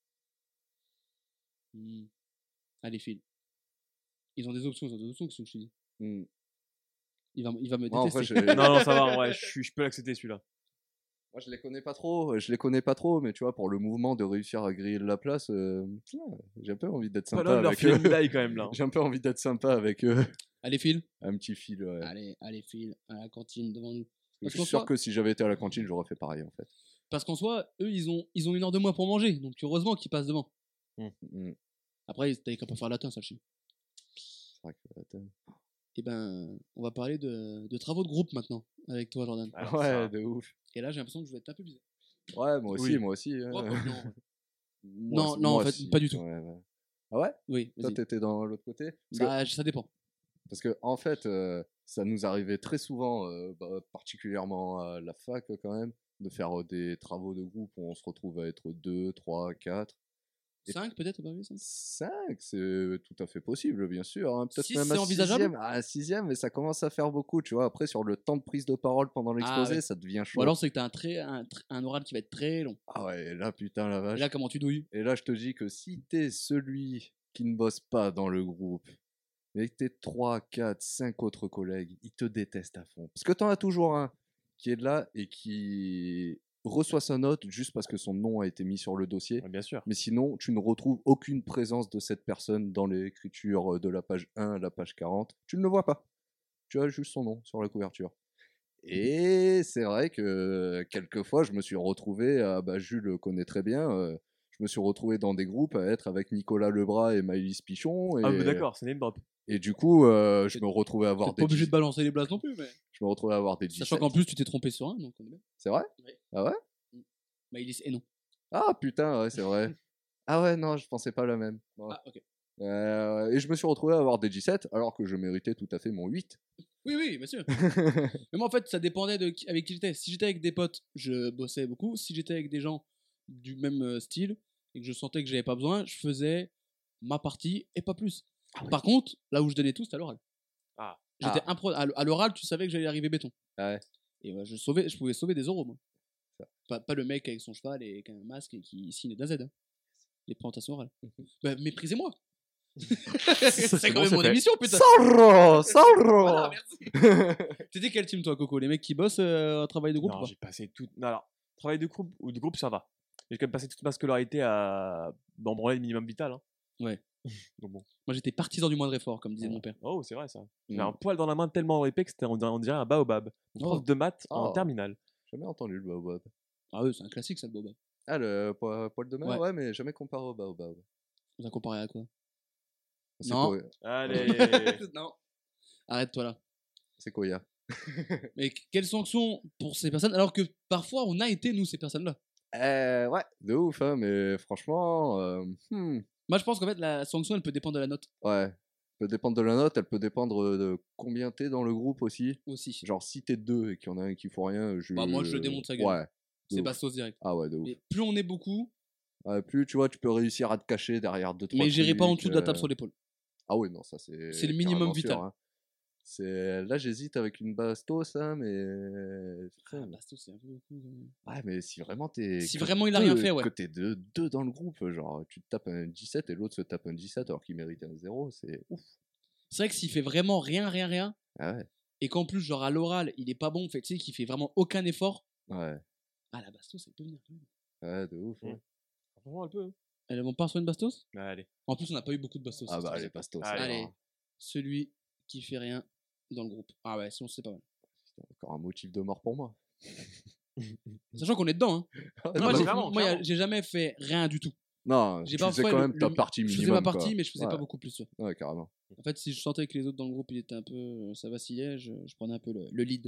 Allez, file. Ils ont des options, qu'est-ce que je te dis? Hmm. Il va me Moi, en vrai, détester. Non, ça va, ouais, je peux l'accepter celui-là. Moi, je les connais pas trop, mais tu vois, pour le mouvement de réussir à griller de la place, j'ai un peu envie d'être Pas sympa loin de leur avec filer eux. une médaille quand même là. J'ai un peu envie d'être sympa avec eux. Allez, file. Un petit fil, ouais. Allez, file à la cantine devant nous. Je Parce suis qu'en sûr soi, que si j'avais été à la cantine, j'aurais fait pareil, en fait. parce qu'en soi, eux, ils ont 1 heure de moins pour manger. Donc, heureusement qu'ils passent devant. Hmm. Après, t'avais qu'à pas faire latin, ça, le chien. C'est vrai que, attends. Eh ben, on va parler de travaux de groupe maintenant, avec toi, Jordan. Alors, ouais, ça- de ouf. Et là, j'ai l'impression que je vais être un peu bizarre. Ouais, moi aussi, Oui. moi aussi. Oh, non. Moi, non, en moi fait, aussi. pas du tout. Ouais, ouais. Ah ouais? Oui, Toi, vas-y. t'étais dans l'autre côté? Parce que, Ça dépend. parce que, en fait, ça nous arrivait très souvent, particulièrement à la fac quand même, de faire des travaux de groupe où on se retrouve à être 2, 3, 4. 5 peut-être, pas vu, 5. 5, c'est tout à fait possible, bien sûr. Hein. Peut-être Six, même c'est à envisageable. 6e. À 6e, mais ça commence à faire beaucoup, tu vois. Après, sur le temps de prise de parole pendant l'exposé, ouais. ça devient Ou chaud. alors c'est que t'as un oral qui va être très long. Ah ouais, là, putain, la vache. Et là, comment tu douilles? Et là, je te dis que si t'es celui qui ne bosse pas dans le groupe, mais que t'es 3, 4, 5 autres collègues, ils te détestent à fond. Parce que t'en as toujours un qui est là et qui reçoit sa note juste parce que son nom a été mis sur le dossier. Ouais, bien sûr. Mais sinon, tu ne retrouves aucune présence de cette personne dans l'écriture de la page 1 à la page 40. Tu ne le vois pas. Tu as juste son nom sur la couverture. Et c'est vrai que quelquefois, je me suis retrouvé, Jules connaît très bien, je me suis retrouvé dans des groupes à être avec Nicolas Lebras et Maëlys Pichon. Ah, mais d'accord, c'est name drop. Et du coup, je me retrouvais à avoir T'es pas obligé de balancer les blagues non plus, mais. Je me retrouvais à avoir des Sachant 17. qu'en plus, tu t'es trompé sur un, donc on est bien. C'est vrai? Oui. Ah ouais? Maïlis et non. Ah putain, ouais, c'est vrai. Ah ouais, non, je pensais pas la même. Ouais. Ah, ok. Et je me suis retrouvé à avoir des 17 alors que je méritais tout à fait mon 8. Oui, oui, bien sûr. Mais moi, en fait, ça dépendait avec qui j'étais. Si j'étais avec des potes, je bossais beaucoup. Si j'étais avec des gens du même style et que je sentais que j'avais pas besoin, je faisais ma partie et pas plus. Par contre, là où je donnais tout, c'était à l'oral. Ah. J'étais à l'oral, tu savais que j'allais arriver béton. Ah ouais. Et ouais, je pouvais sauver des euros, moi. Pas le mec avec son cheval et avec un masque et qui signe d'un Z. Hein. Les présentations orales. Bah, méprisez-moi. C'est quand même mon émission, putain. Salro. Voilà, merci. T'étais quel team, toi, Coco? Les mecs qui bossent à travail de groupe ou Non, pas? j'ai passé tout. Non, alors, travail de groupe ou de groupe, ça va. J'ai quand même passé toute ma scolarité à branler le minimum vital. Hein. Ouais. Donc bon. Moi, j'étais partisan du moindre effort, comme disait mon père. Oh, c'est vrai ça. J'ai Mm. un poil dans la main tellement épais que c'était, on dirait un baobab. Mon prof de maths en Oh. terminale. Jamais entendu le baobab. Ah oui, c'est un classique, ça, le boba. Ah, le poil de main, Ouais. ouais, mais jamais comparé au baobab. Vous a comparé à quoi? C'est Non. quoi- Allez. Non. Arrête-toi là. C'est Koya. Mais quelles sanctions pour ces personnes alors que parfois on a été, nous, ces personnes-là? Ouais, de ouf, hein, mais franchement, Moi, je pense qu'en fait, la sanction, elle peut dépendre de la note ouais. Elle peut dépendre de la note, elle peut dépendre de combien t'es dans le groupe aussi. aussi. Genre, si t'es 2 et qu'il y en a un qui fout rien, Bah, moi, je démonte sa gueule. Ouais. de C'est ouf. bastos direct. Ah ouais, de ouf. Mais plus on est beaucoup, Ouais, plus, tu vois, tu peux réussir à te cacher derrière 2-3 mais j'irai pas en trucs, dessous de la table sur l'épaule. Ah oui, non, ça c'est. C'est le minimum carrément sûr, vital. hein. Là, j'hésite avec une bastos, hein, mais. Ah, Putain, bastos, c'est un peu beaucoup. ouais, mais si vraiment t'es. Si que vraiment il a rien fait, ouais. Que t'es deux dans le groupe, genre, tu te tapes un 17 et l'autre se tape un 17 alors qu'il mérite un 0, c'est ouf. C'est vrai que s'il fait vraiment rien, Ah ouais. et qu'en plus, genre à l'oral, il est pas bon, fait, tu sais, qu'il fait vraiment aucun effort, Ouais. ah, la bastos, elle peut venir. Ouais, de ouf. Mm. Ouais. Franchement, un peu. Hein. Elle va pas sur une bastos? Allez. En plus, on n'a pas eu beaucoup de bastos. Ah cette bah, fois-ci. les bastos. Allez. Allez, celui qui fait rien dans le groupe. Ah ouais, sinon c'est pas mal. Encore un motif de mort pour moi. Sachant qu'on est dedans, hein. Ah, Moi, non, clairement, moi, clairement. j'ai jamais fait rien du tout. non, J'ai tu pas faisais fait quand le- même ta le- partie Je minimum. faisais ma partie, quoi. mais je faisais Ouais. pas beaucoup plus. Ouais, carrément. En fait, si je sentais que les autres dans le groupe, il était un peu, ça vacillait, je prenais un peu le lead.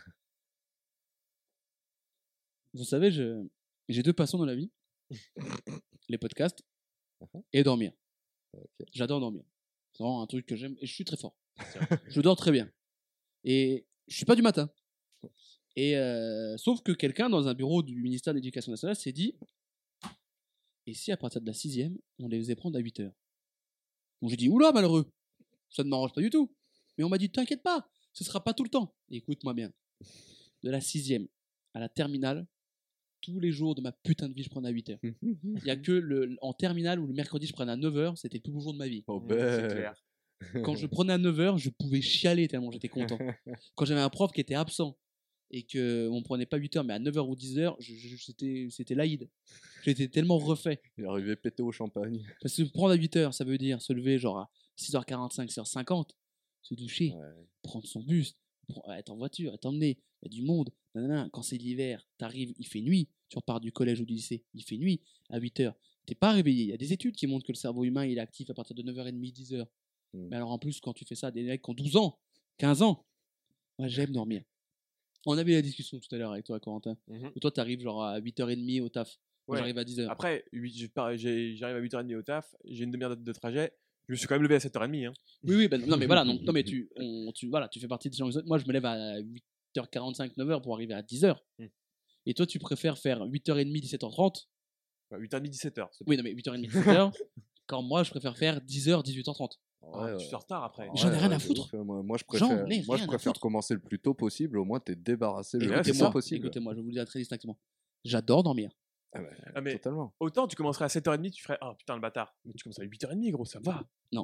Vous savez, j'ai deux passions dans la vie. Les podcasts et dormir. Ok. J'adore dormir. C'est vraiment un truc que j'aime et je suis très fort. Je dors très bien. Et je suis pas du matin. Et sauf que quelqu'un dans un bureau du ministère de l'Éducation nationale s'est dit et si à partir de la 6e, on les faisait prendre à 8h? Donc j'ai dit oula, malheureux, ça ne m'arrange pas du tout. Mais on m'a dit t'inquiète pas, ce sera pas tout le temps. Et écoute-moi bien. De la 6e à la terminale, tous les jours de ma putain de vie, je prenais à 8h. Il y a que en terminale où le mercredi je prenais à 9h, c'était le plus beau jour de ma vie. Oh, C'est ben. clair. Quand je prenais à 9h, je pouvais chialer tellement j'étais content. Quand j'avais un prof qui était absent et qu'on ne prenait pas 8h mais à 9h ou 10h, c'était l'Aïd. J'étais tellement refait. Il est arrivé pété au champagne. Parce que prendre à 8h, ça veut dire se lever genre à 6h45, 6h50, se doucher, Ouais. prendre son bus, être en voiture, être emmené, il y a du monde. Nanana. Quand c'est l'hiver, t'arrives, il fait nuit, tu repars du collège ou du lycée, il fait nuit à 8h. T'es pas réveillé. Il y a des études qui montrent que le cerveau humain il est actif à partir de 9h30, 10h. Mm. Mais alors en plus, quand tu fais ça à des mecs qui ont 12 ans, 15 ans, moi j'aime dormir. On avait la discussion tout à l'heure avec toi, Corentin. Mhm. Où toi, t'arrives genre à 8h30 au taf. Moi, Ouais. j'arrive à 10h. Après, j'arrive à 8h30 au taf, j'ai une demi-heure de trajet. Je me suis quand même levé à 7h30. Hein. Oui, bah, non, mais voilà, non, mais voilà, tu fais partie des gens. Moi, je me lève à 8h45, 9h pour arriver à 10h. Et toi, tu préfères faire 8h30, 17h30. 8h30, 17h. Oui, non, mais 8h30, 17h. Quand moi, je préfère faire 10h, 18h30. Tu sors tard après. J'en ai rien à de foutre. ouf, moi, je J'en préfère, ai moi, je rien à préfère foutre. commencer le plus tôt possible. Au moins, t'es débarrassé le plus Écoutez-moi, tôt possible. écoutez-moi, je vais vous le dire très distinctement. J'adore dormir. Ah, mais Totalement. autant tu commencerais à 7h30, tu ferais, ah putain le bâtard. Mais tu commences à 8h30, gros, ça va. Non.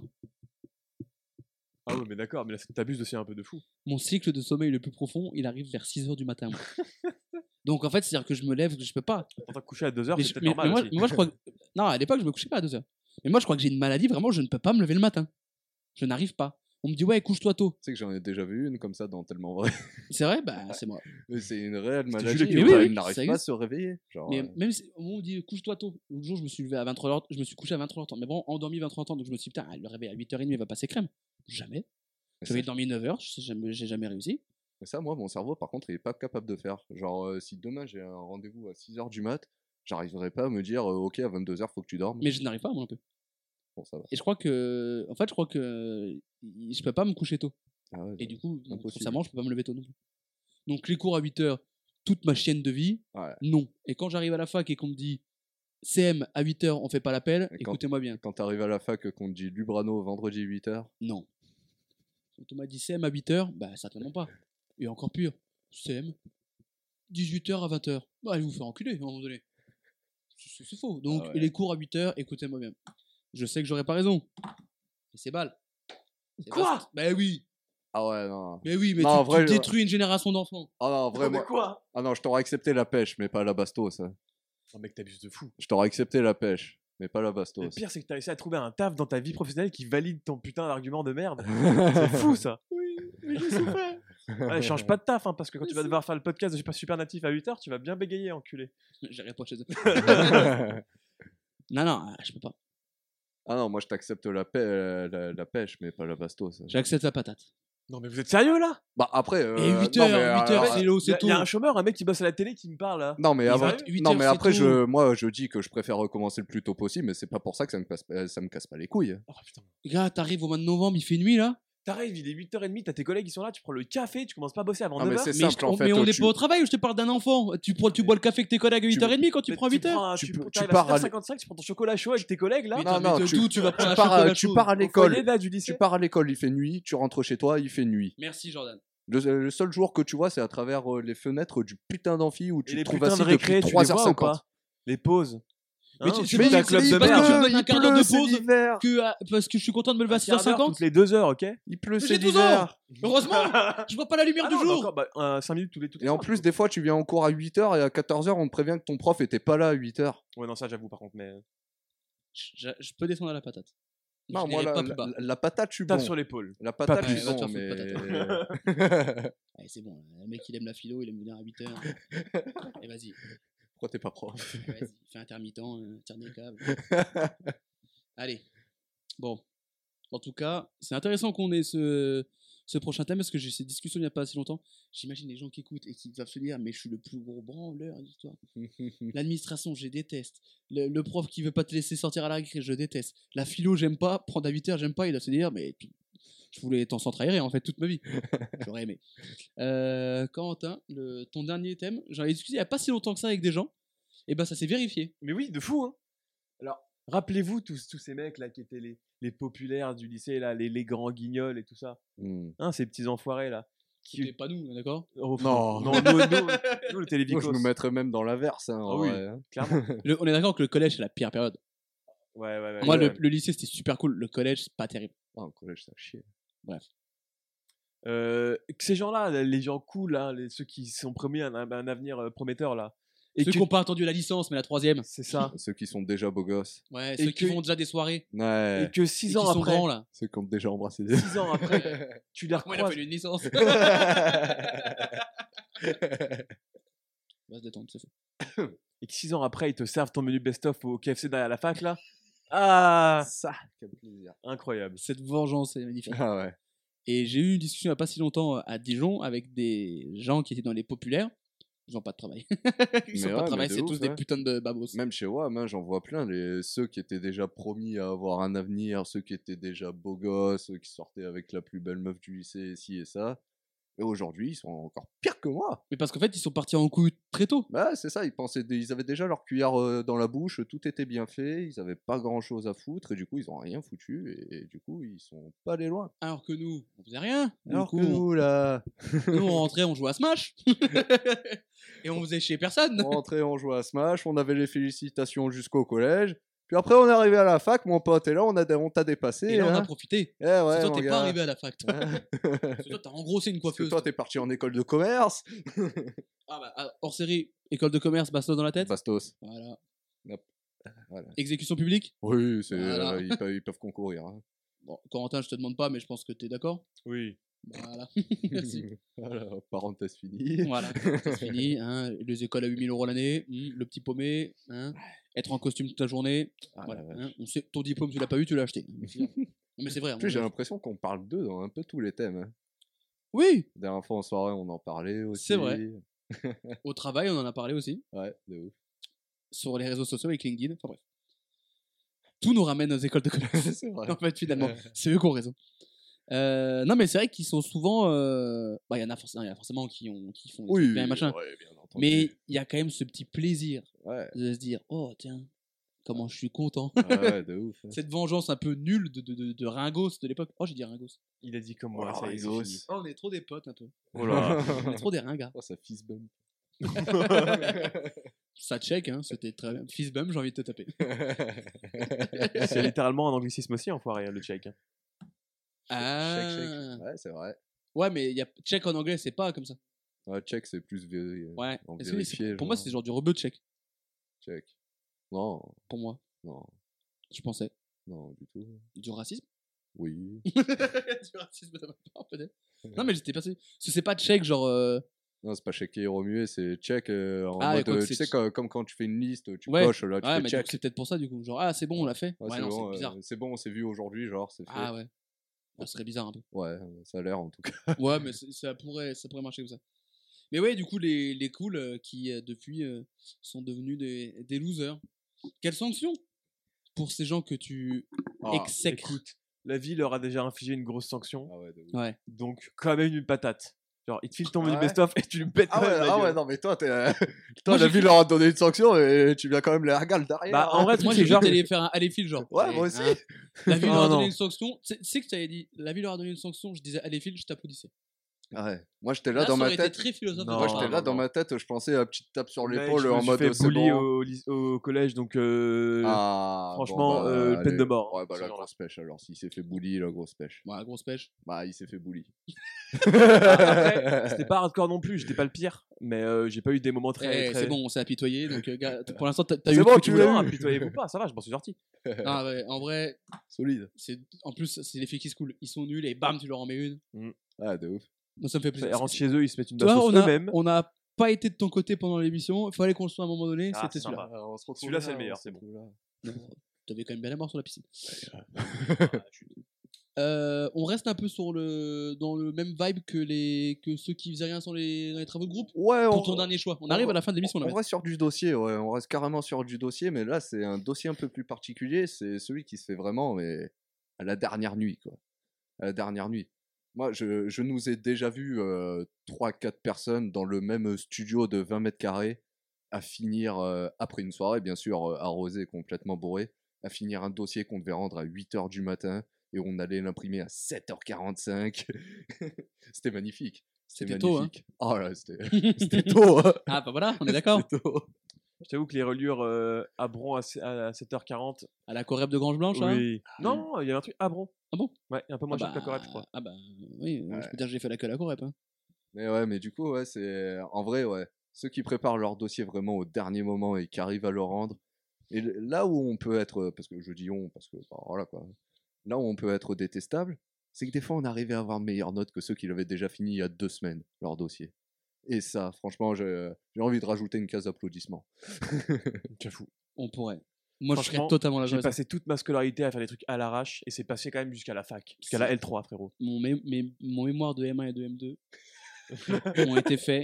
Ah ouais, mais d'accord, mais là t'abuses aussi un peu de fou. Mon cycle de sommeil le plus profond, il arrive vers 6h du matin. Donc en fait, c'est-à-dire que je me lève, je peux pas. En tant que coucher à 2h, Mais, c'est peut-être normal moi, aussi. moi, je crois que... Non, à l'époque, je me couchais pas à 2h. Mais moi, je crois que j'ai une maladie, vraiment, je ne peux pas me lever le matin. Je n'arrive pas. On me dit, ouais, couche-toi tôt. Tu sais que j'en ai déjà vu une comme ça dans Tellement Vrai. C'est vrai, bah c'est moi. Mais c'est une réelle C'était maladie. Jules qui Mais nous oui, parlait. oui, Il n'arrive ça pas à existe. se réveiller. Genre, Mais même si, au moment où on dit couche-toi tôt, l'autre jour je me suis levé à 23h, je me suis couché à 23h30, mais bon, endormi 23h30, donc je me suis dit, putain, le réveil à 8h30, il va passer crème. Jamais. mais J'avais ça, dormi 9h, j'ai jamais réussi. mais ça, moi, mon cerveau, par contre, il est pas capable de faire. Genre, si demain j'ai un rendez-vous à 6h du mat, j'arriverai pas à me dire, ok, à 22h, faut que tu dormes. Mais je n'arrive pas, moi non plus. Bon, ça va. Et je crois que, en fait, je peux pas me coucher tôt. Ah ouais, Et du coup, impossible. forcément, je peux pas me lever tôt non plus. Donc les cours à 8h, toute ma chienne de vie, ouais. non. Et quand j'arrive à la fac et qu'on me dit CM à 8h, on fait pas l'appel, Et quand- écoutez-moi bien. Quand t'arrives à la fac, qu'on te dit Lubrano vendredi 8h, Non. Quand on m'a dit CM à 8h, bah certainement pas. Et encore pire, CM 18h à 20h. Bah allez vous faire enculer à un moment donné. C'est faux. Donc Ah ouais. les cours à 8h, écoutez-moi bien. Je sais que j'aurais pas raison. Mais c'est balle. C'est Quoi balle. Bah oui. ah ouais, non. Mais oui, mais Non, en tu vrai, détruis une génération d'enfants. Ah non, Mais vraiment. quoi Ah non, je t'aurais accepté la pêche, mais pas la bastos. Hein. Oh mec, t'abuses de fou. Je t'aurais accepté la pêche, mais pas la Le bastos. pire, c'est que t'as réussi à trouver un taf dans ta vie professionnelle qui valide ton putain d'argument de merde. C'est fou ça. Oui, mais j'ai souffert. Ouais, change pas de taf, hein, parce que quand tu vas devoir faire le podcast de Je suis pas super natif à 8h, tu vas bien bégayer, enculé. J'irai pas chez eux. Non, je peux pas. Ah non, moi je t'accepte la pêche, mais pas la bastos. J'accepte la patate. Non mais vous êtes sérieux là? Bah après. Et 8h, non, mais, 8h, c'est l'eau, Il y, c'est a- tout. y a un chômeur, un mec qui bosse à la télé qui me parle là. Non mais, Mais avant- sérieux 8 non, heures, mais c'est après, tout. moi je dis que je préfère recommencer le plus tôt possible, mais c'est pas pour ça que ça me casse pas les couilles. Oh putain. Gars, t'arrives au mois de novembre, il fait nuit là. T'arrives, il est 8h30, t'as tes collègues qui sont là, tu prends le café, tu commences pas à bosser avant Non, mais 9h. c'est Mais, simple en fait. mais on n'est tu- pas au travail ou je te parle d'un enfant. Tu bois le café avec tes collègues à 8h30 quand tu prends 8h. Tu peux- tu tu pars à 7h55, tu prends ton chocolat chaud avec tes collègues là. Mais Non, non, non, d'où tu vas prendre un pars chocolat tu chaud pars à Au foyer, l'école. là du lycée. Tu pars à l'école, il fait nuit, tu rentres chez toi, il fait nuit. Merci Jordan. Le seul jour que tu vois, c'est à travers les fenêtres du putain d'amphi où Et tu les te trouves putains assis de récré, depuis tu les vois ou 3h50. pas? Les pauses. Mais Hein, tu- tu mais fais un il club pleut, de parce que merde. tu me donnes un quart d'heure de c'est pause. l'hiver. Parce que je suis content de me lever à Un quart d'heure 6h50. toutes les 2 heures, ok? Il pleut, Mais c'est j'ai 12 l'hiver. ans. Heureusement, je vois pas la lumière Ah du non, jour. d'accord, bah, 5 minutes toutes les Et en plus, des fois, tu viens en cours à 8h et à 14h, on te prévient que ton prof était pas là à 8h. Ouais, non, ça j'avoue par contre, mais. Je peux descendre à la patate. Non, Je moi, n'irai la, pas plus bas. la patate, je suis bon. Tape sur l'épaule. La patate, Pas je plus. suis Ouais, va bon, te faire mais. Allez, c'est bon. Le mec, il aime la philo, il aime venir à 8h. Et vas-y. Pourquoi t'es pas prof? Vas-y, fais intermittent, tire des câbles. Allez. Bon. En tout cas, c'est intéressant qu'on ait ce prochain thème parce que j'ai eu cette discussion il n'y a pas si longtemps. J'imagine les gens qui écoutent et qui doivent se dire mais je suis le plus gros branleur de l'histoire. L'administration, je déteste. Le prof qui veut pas te laisser sortir à la récré, je déteste. La philo, j'aime pas. Prendre à 8h, j'aime pas. Il doit se dire mais je voulais être en centre aéré en fait toute ma vie. J'aurais aimé. Quentin, ton dernier thème, j'en ai discuté il n'y a pas si longtemps que ça avec des gens. Et ben ça s'est vérifié. Mais oui, de fou, hein. Alors, rappelez-vous tous ces mecs là qui étaient les populaires du lycée, là, les grands guignols et tout ça. Hein, ces petits enfoirés là. C'était pas nous, d'accord. Oh, Non. non, nous les télévicos. Moi, je nous mettrais même dans l'averse. Hein, Ah en oui. vrai, hein. Clairement. On est d'accord que le collège c'est la pire période. Ouais. Moi, ouais. le lycée c'était super cool. Le collège c'est pas terrible. Ah, au collège, ça chier. Que ces gens-là, les gens cool, là, ceux qui sont promis un avenir prometteur là. Et Ceux qui n'ont pas attendu la licence mais la troisième. c'est ça. Ceux qui sont déjà beaux gosses. Ouais, Et ceux qui que- font déjà des soirées. Ouais. Et que Et 6 qui ans sont après, grands là. Ceux qui ont déjà embrassé des. 6 ans après, tu les Moi il a recroises. fallu une licence. On va se détendre, c'est faux. Et que 6 ans après, ils te servent ton menu best-of au KFC derrière la fac là. Ah, Ça, quel plaisir. incroyable. Cette vengeance est magnifique. Ah ouais. Et j'ai eu une discussion il n'y a pas si longtemps à Dijon avec des gens qui étaient dans les populaires. Ils ont pas de travail. Ils Mais ont pas ouais, de travail, mais de c'est ouf, tous des ouais. putains de babos. Même chez WAM, hein, j'en vois plein, ceux qui étaient déjà promis à avoir un avenir, ceux qui étaient déjà beaux gosses, ceux qui sortaient avec la plus belle meuf du lycée, ci et ça. Et aujourd'hui, ils sont encore pires que moi. Mais parce qu'en fait, ils sont partis en couille très tôt. Bah, c'est ça, ils avaient déjà leur cuillère dans la bouche, tout était bien fait, ils avaient pas grand chose à foutre, et du coup, ils ont rien foutu, et du coup, ils sont pas allés loin. Alors que nous, on faisait rien. Du Alors coup, que nous, là, nous, on rentrait, on jouait à Smash. Et on faisait chier personne. on rentrait, on jouait à Smash, on avait les félicitations jusqu'au collège, puis après, on est arrivé à la fac, mon pote, et là, on t'a dépassé. Et là, on a hein. profité. Eh ouais, C'est toi, mon t'es gars. pas arrivé à la fac. Toi. Hein. C'est toi, t'as engrossé une Parce que coiffeuse. toi, t'es parti en école de commerce. Ah bah, hors série, école de commerce, bastos dans la tête. Bastos. Voilà. Voilà. Exécution publique. Oui, Voilà. ils peuvent concourir. Hein. Bon, Corentin, je te demande pas, mais je pense que t'es d'accord. Oui. Voilà. Merci. Voilà, parenthèse finie. Voilà, c'est fini. Hein. Les écoles à 8 000 € l'année, le petit paumé, hein. Être en costume toute la journée. Ah, Voilà, la hein. vache. On sait, ton diplôme, tu l'as pas eu, tu l'as acheté. Non, mais c'est vrai. En plus, j'ai l'impression qu'on parle d'eux dans un peu tous les thèmes. Hein. Oui, La dernière fois en soirée, on en parlait aussi. C'est vrai. au travail, on en a parlé aussi. Ouais, de ouf. Sur les réseaux sociaux avec LinkedIn. Enfin bref. Tout nous ramène aux écoles de commerce. C'est vrai. En fait, finalement, c'est eux qui ont raison. Non, mais c'est vrai qu'ils sont souvent. Bah, il y en a forcément qui font des Oui, trucs bien et machin. ouais, bien entendu. Mais il y a quand même ce petit plaisir Ouais, de se dire, oh tiens, comment je suis content. ouais, de ouf. hein. Cette vengeance un peu nulle de Ringos de l'époque. Oh, j'ai dit Ringos. Il a dit comme Oh, moi, ça y est, c'est Ringos. fini. Oh, on est trop des potes un peu. Oh là. On est trop des ringards. Oh, ça fist bump. Ça check, hein, c'était très bien. Fist bump, j'ai envie de te taper. C'est littéralement un anglicisme aussi, enfoiré, hein, le check. hein. Ah. Check. Ouais, c'est vrai. Ouais, mais il y a check en anglais, c'est pas comme ça. Ouais, check, c'est plus Ouais. en Est-ce que vérifié. pour moi, c'est genre du rebeu de check. Check. Non, Pour moi, non, je pensais. non, du tout. Du racisme. Oui. Du racisme de ma part, peut-être. Non, mais j'étais persuadé. Parce que c'est pas check, genre. Non, c'est pas checker et remuer, c'est check en Ah, mode. quoi que Tu c'est sais, comme quand tu fais une liste, tu Ouais. coches, là, tu Ouais, fais mais du check. coup, c'est peut-être pour ça, du coup. Genre, ah, c'est bon, on l'a fait. Ouais, Ouais, c'est non, bon, c'est bizarre. c'est bon, on s'est vu aujourd'hui, genre, c'est fait. Ah, ouais. Ça serait bizarre un peu. Ouais, ça a l'air en tout cas. Ouais, mais ça pourrait marcher comme ça. Mais ouais, du coup, les cools qui, depuis, sont devenus des losers. Quelle sanction pour ces gens que tu exècres? Écoute, la vie leur a déjà infligé une grosse sanction, Ah ouais, de ouf. Ouais. donc quand même une patate. Genre, il te file ton menu Ouais. best-of et tu lui pètes Ah quand ouais, même la gueule. non, mais toi, Moi, la j'ai vie cru- leur a donné une sanction et tu viens quand même les regarder derrière. Bah, en vrai, le truc, Moi, c'est j'ai genre. vu t'allais faire un allez-file, genre. Ouais, allez, moi aussi. hein. La vie Non, leur a donné non. une sanction. Tu sais que tu avais dit, la vie leur a donné une sanction, je disais allez, file, je t'applaudissais. Ouais. Moi, j'étais là Là, dans ça ma aurait été tête. très philosophe. Non, Moi, j'étais là non, dans non. ma tête, je pensais à petite tape sur Mec, l'épaule je me en suis mode fait c'est bully bon. au collège, donc Ah, franchement, bah, peine allez. de mort. Ouais, bah ce la genre-là. grosse pêche alors. S'il s'est fait bully, la grosse pêche. Ouais, grosse pêche. Bah, il s'est fait bully. Après, c'était pas hardcore non plus, j'étais pas le pire, mais j'ai pas eu des moments très. C'est bon, on s'est apitoyé. Donc, gars, pour l'instant, t'as C'est eu bon, le tu truc. l'as Non, eu. apitoyez-vous pas, ça va, je m'en suis sorti. Ah, ouais, en vrai, Solide. en plus, c'est les filles qui se coulent. Ils sont nuls et bam, tu leur en mets une. Ah, de ouf. Moi, ça me fait plaisir. Ils rentrent chez eux, ils se mettent une Toi, sauce eux-mêmes. on a pas été de ton côté pendant l'émission. Il fallait qu'on le soit à un moment donné. Ah, C'était c'est celui-là. sympa. On se retrouve Celui-là, là, c'est le on meilleur, se c'est bon. retrouve là. Non, t'avais quand même bien la mort sur la piscine. On reste un peu dans le même vibe que ceux qui faisaient rien sans les travaux de groupe. Ouais, Pour ton dernier choix. On arrive à la fin de l'émission. On là. reste sur du dossier, ouais, on reste carrément sur du dossier, mais là c'est un dossier un peu plus particulier, c'est celui qui se fait vraiment mais à la dernière nuit, quoi. À la dernière nuit. Moi, je nous ai déjà vu 3-4 personnes dans le même studio de 20 mètres carrés à finir, après une soirée, bien sûr, arrosée, complètement bourrée, à finir un dossier qu'on devait rendre à 8h du matin et on allait l'imprimer à 7h45. C'était magnifique. C'était tôt, hein. magnifique. Oh là, c'était tôt. Hein. Ah, bah voilà, on est d'accord. C'était tôt. Je t'avoue que les reliures à Bron à 7h40. À la Corrèbe de Grange Blanche, là. Oui. Non, il y a un truc à Bron. Ah bon? Ouais, un peu moins cher que la Corrèbe, je crois. Ah bah oui, je peux dire que j'ai fait la queue à la Corrèbe. Hein. Mais ouais, mais du coup, ouais, c'est en vrai, ouais, ceux qui préparent leur dossier vraiment au dernier moment et qui arrivent à le rendre. Et là où on peut être, parce que je dis on, parce que bah, voilà quoi, là où on peut être détestable, c'est que des fois on arrivait à avoir de meilleures notes que ceux qui l'avaient déjà fini il y a 2 semaines leur dossier. Et ça, franchement, j'ai envie de rajouter une case d'applaudissements. J'avoue. On pourrait. Moi, je serais Franchement, totalement J'ai d'accord avec ça. passé toute ma scolarité à faire des trucs à l'arrache et c'est passé quand même jusqu'à la fac, jusqu'à la L3, frérot. Mon mémoire de M1 et de M2 ont été faits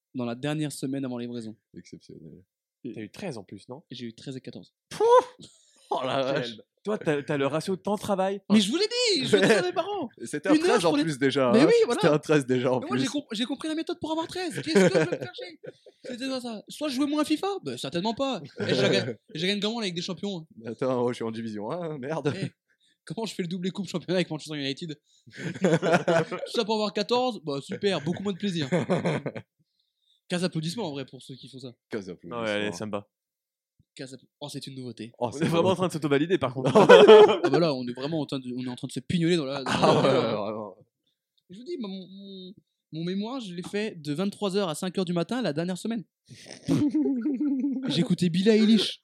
dans la dernière semaine avant la livraison. Exceptionnel. T'as eu 13 en plus, non? J'ai eu 13 et 14. Oh la vache. Toi, t'as le ratio temps-travail. Mais je vous l'ai dit, je l'ai dit à mes parents. C'était un Une heure 13 en pour les- plus déjà. Mais hein. oui, voilà. C'était un 13 déjà en Mais moi, plus. j'ai compris la méthode pour avoir 13. Qu'est-ce que je vais me chercher? C'était pas ça. Soit je jouais moins à FIFA, bah, certainement pas. Et je gagne comment avec des champions hein. Attends, je suis en division 1, merde. Eh, comment je fais le double coupe championnat avec Manchester United? Tout ça pour avoir 14? Bah super, beaucoup moins de plaisir. 15 applaudissements en vrai pour ceux qui font ça. Ah ouais, allez, ça me va. Oh, c'est une nouveauté. Oh, On c'est est vraiment en train de s'auto-valider par contre. Ah bah là, on est vraiment en train de se pignoler dans la. Ah ouais, vraiment. Je vous dis, mon mémoire, je l'ai fait de 23h à 5h du matin la dernière semaine. J'ai écouté Billie Eilish.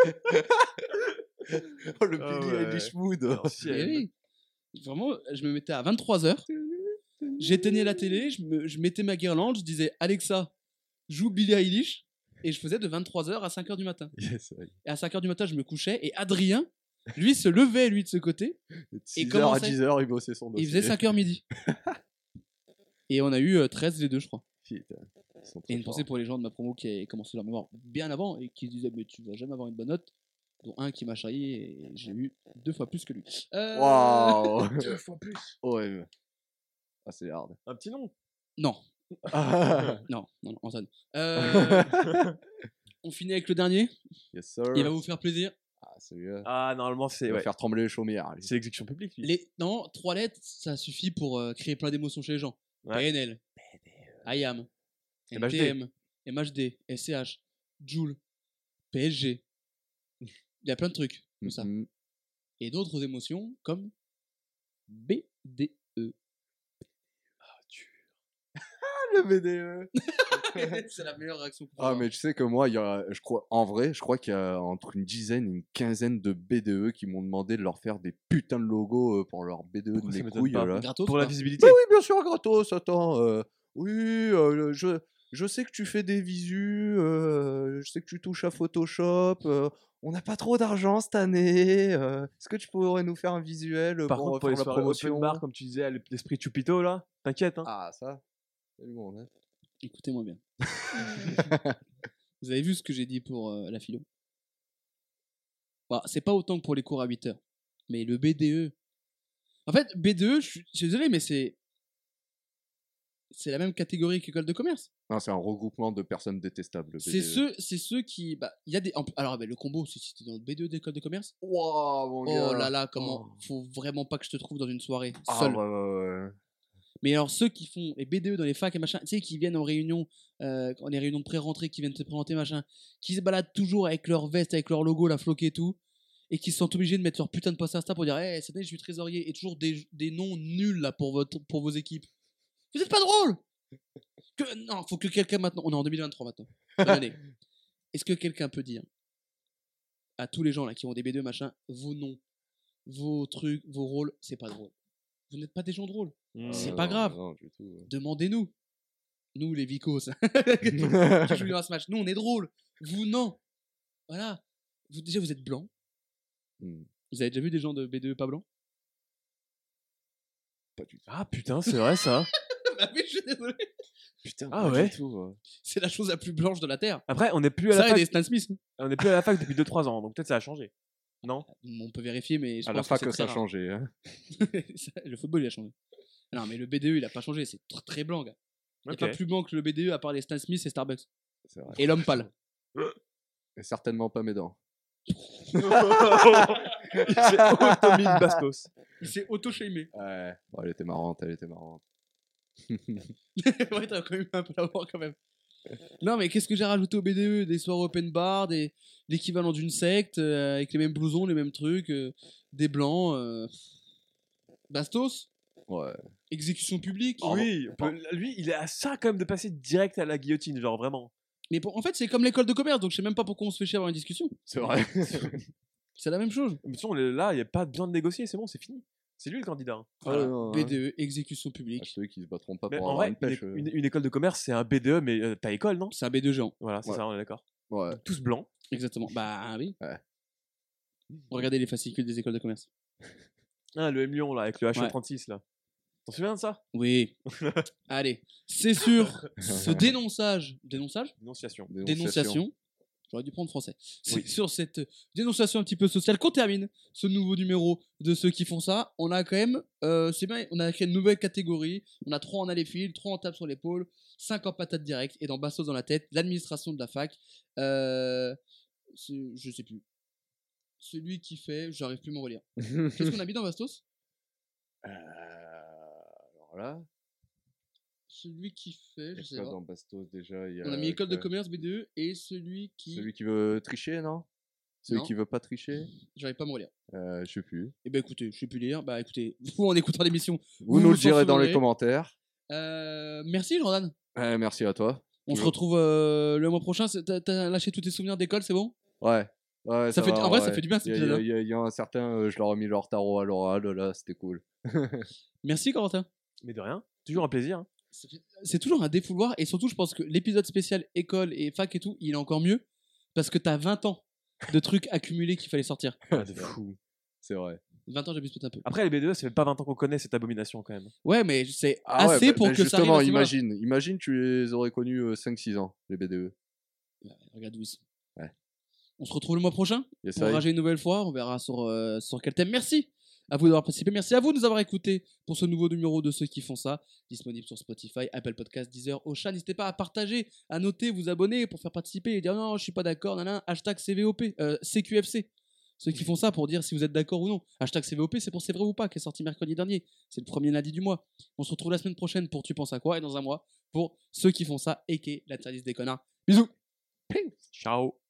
Oh, le Ah Billy ouais. Eilish mood. Eh oui. Vraiment, je me mettais à 23h, j'éteignais la télé, je mettais ma guirlande, je disais Alexa, joue Billie Eilish, et je faisais de 23h à 5h du matin. Yes, ouais. Et à 5h du matin, je me couchais, et Adrien, lui, se levait, lui, de ce côté, De 6h à commençait- 10h, il bossait son et dossier. il faisait 5h midi. Et on a eu 13 les deux, je crois. Putain, ils sont Et très une pensée forts. pour les gens de ma promo qui avaient commencé leur mémoire bien avant et qui disaient mais tu vas jamais avoir une bonne note, dont un qui m'a charrié et j'ai eu 2 fois plus que lui. Waouh. 2 fois plus. Ouais. mais- Ah, c'est hard. Un petit nom. Non, Ah. non, Antoine. On finit avec le dernier. Yes, sir. Il va vous faire plaisir. Ah, celui-là. Ah, normalement, Il c'est va ouais. faire trembler les chaumières. lui. C'est l'exécution publique. Lui. Non, 3 lettres, ça suffit pour créer plein d'émotions chez les gens. Ouais. PNL, IAM, MHD. NTM, MHD, SCH, Joule, PSG. Il y a plein de trucs comme ça. Mhm. Et d'autres émotions comme BDE. Le BDE. C'est la meilleure réaction. Ah, mais tu sais que moi, il y a, je crois, en vrai, je crois qu'il y a entre une dizaine et une quinzaine de BDE qui m'ont demandé de leur faire des putains de logos pour leur BDE Pourquoi de ça mes m'étonne couilles. pas Là. Gratos, Pour la quoi. visibilité. Bah oui, bien sûr, gratos, attends. Oui, je sais que tu fais des visus, je sais que tu touches à Photoshop. On n'a pas trop d'argent cette année. Est-ce que tu pourrais nous faire un visuel Par pour contre, pour faire les la soirées promotion open bar, comme tu disais, l'esprit Chupito là, t'inquiète. Hein. Ah, ça. C'est bon, hein. Écoutez-moi bien. Vous avez vu ce que j'ai dit pour la philo? Bah, c'est pas autant que pour les cours à 8 heures. Mais le BDE. En fait, BDE, je suis désolé, mais c'est la même catégorie qu'école de commerce. Non, c'est un regroupement de personnes détestables. le C'est BDE. ceux qui. Bah, il y a des. Alors, bah, le combo, si tu dans le BDE d'école de commerce. Waouh, mon gars. Oh là là, comment. Oh. Faut vraiment pas que je te trouve dans une soirée Ah, seul. ouais, ouais, ouais. Mais alors, ceux qui font les BDE dans les facs et machin, tu sais, qui viennent en réunion, en les réunions de pré-rentrée, qui viennent te présenter machin, qui se baladent toujours avec leur veste, avec leur logo, la floquée et tout, et qui sont obligés de mettre leur putain de post Insta pour dire, hey, cette année, je suis trésorier, et toujours des noms nuls là pour vos équipes. Vous êtes pas drôle! Non, faut que quelqu'un maintenant, on est en 2023 maintenant. Bonne année. Est-ce que quelqu'un peut dire à tous les gens là qui ont des BDE machin, vos noms, vos trucs, vos rôles, c'est pas drôle. Vous n'êtes pas des gens drôles. C'est pas non, grave. Non, du tout. ouais. Demandez-nous. Nous, les vicos, qui jouent à ce match. Nous, on est drôles. Vous, non. Voilà. Déjà, vous êtes blancs. Hmm, Vous avez déjà vu des gens de BDE pas blancs? Pas du tout. Ah putain, c'est vrai ça. Bah oui, je suis désolé. Putain, Ah pas ouais. du tout. ouais. C'est la chose la plus blanche de la Terre. Après, on n'est plus à la Ça et fac. des Stan Smith. On n'est plus à la fac depuis 2-3 ans, donc peut-être ça a changé. Non. On peut vérifier, mais je À la pense fac, que c'est ça a très changé. Hein. rare. Le football, il a changé. Non, mais le BDE, il a pas changé. C'est très blanc, gars. Il n'y a Ok. pas plus blanc que le BDE à part les Stan Smith et Starbucks. C'est vrai. Et l'homme pâle. Et certainement pas mes dents. Il s'est auto-mis une bastos. Il s'est auto-shamé. Ouais. Bon, elle était marrante, elle était marrante. Ouais, t'as quand même un peu la voir quand même. Non, mais qu'est-ce que j'ai rajouté au BDE? Des soirées open bar, l'équivalent d'une secte, avec les mêmes blousons, les mêmes trucs, des blancs. Bastos, Ouais. exécution publique. Oui, lui, il est à ça quand même de passer direct à la guillotine, genre vraiment. Mais en fait, c'est comme l'école de commerce, donc je sais même pas pourquoi on se fait chier à avoir une discussion. C'est vrai. C'est la même chose. Mais sinon, là, il n'y a pas besoin de négocier, c'est bon, c'est fini. C'est lui le candidat. hein. Voilà. non, ouais. BDE, exécution publique. Ceux qui se battront pas Mais pour en avoir vrai, une pêche. une école de commerce, c'est un BDE, mais ta école, non? C'est un B2 géant. Voilà, c'est Ouais. ça, on est d'accord. Ouais. Tous blancs. Exactement. Bah oui. Ouais. Regardez les fascicules des écoles de commerce. Ah, le M Lyon, là, avec le Ouais. HE36, là. T'en souviens de ça? Oui. Allez, c'est sur ce dénonçage. Dénonciation. Dénonciation. J'aurais dû prendre français. C'est Oui. sur cette dénonciation un petit peu sociale qu'on termine ce nouveau numéro de ceux qui font ça. On a quand même, c'est bien, on a créé une nouvelle catégorie. On a 3 en allée-fil, 3 en tape sur l'épaule, 5 en patate directe et dans Bastos dans la tête, l'administration de la fac. Je sais plus. Celui qui fait, j'arrive plus à me relire. Qu'est-ce qu'on a mis dans Bastos? Alors là, Celui qui fait, je il y a sais quoi pas. dans Bastos déjà? Il y On a a mis école de quoi commerce BDE et celui qui. Celui qui veut tricher, non? Celui Non. qui veut pas tricher? J'arrive pas à me relire. Je sais plus. Eh ben écoutez, je sais plus lire. Bah écoutez, vous en écoutant l'émission. Vous nous le s'en direz dans les souviendrez. commentaires. Merci Jordan. Merci à toi. On se Toujours. retrouve le mois prochain. T'as lâché tous tes souvenirs d'école, c'est bon? Ouais. Ouais, Ça fait- va, en vrai, ça ouais. fait du bien, cet Il y a- épisode, Il y, a- il y a un certain, je leur ai mis leur tarot à l'oral, là, c'était cool. Merci Corentin. Mais de rien. Toujours un plaisir. Hein. C'est toujours un défouloir et surtout, je pense que l'épisode spécial école et fac et tout, il est encore mieux parce que t'as 20 ans de trucs accumulés qu'il fallait sortir. Ah, de fou. C'est vrai. 20 ans, j'abuse peut-être un peu. Après, les BDE, ça fait pas 20 ans qu'on connaît cette abomination quand même. Ouais, mais c'est Ah ouais, assez pour que ça justement, arrive à ce moment-là. imagine, tu les aurais connus 5-6 ans, les BDE. Regarde où ils sont. Ouais. On se retrouve le mois prochain Yes, pour I. rager une nouvelle fois. On verra sur quel thème. Merci à vous d'avoir participé. Merci à vous de nous avoir écoutés pour ce nouveau numéro de ceux qui font ça. Disponible sur Spotify, Apple Podcasts, Deezer, Ocha. N'hésitez pas à partager, à noter, vous abonner pour faire participer et dire non, je suis pas d'accord. Hashtag CVOP, CQFC. Ceux qui font ça pour dire si vous êtes d'accord ou non. Hashtag CVOP, c'est pour C'est vrai ou pas, qui est sorti mercredi dernier. C'est le premier lundi du mois. On se retrouve la semaine prochaine pour Tu penses à quoi et dans un mois pour ceux qui font ça et qui est la service des connards. Bisous. Ciao.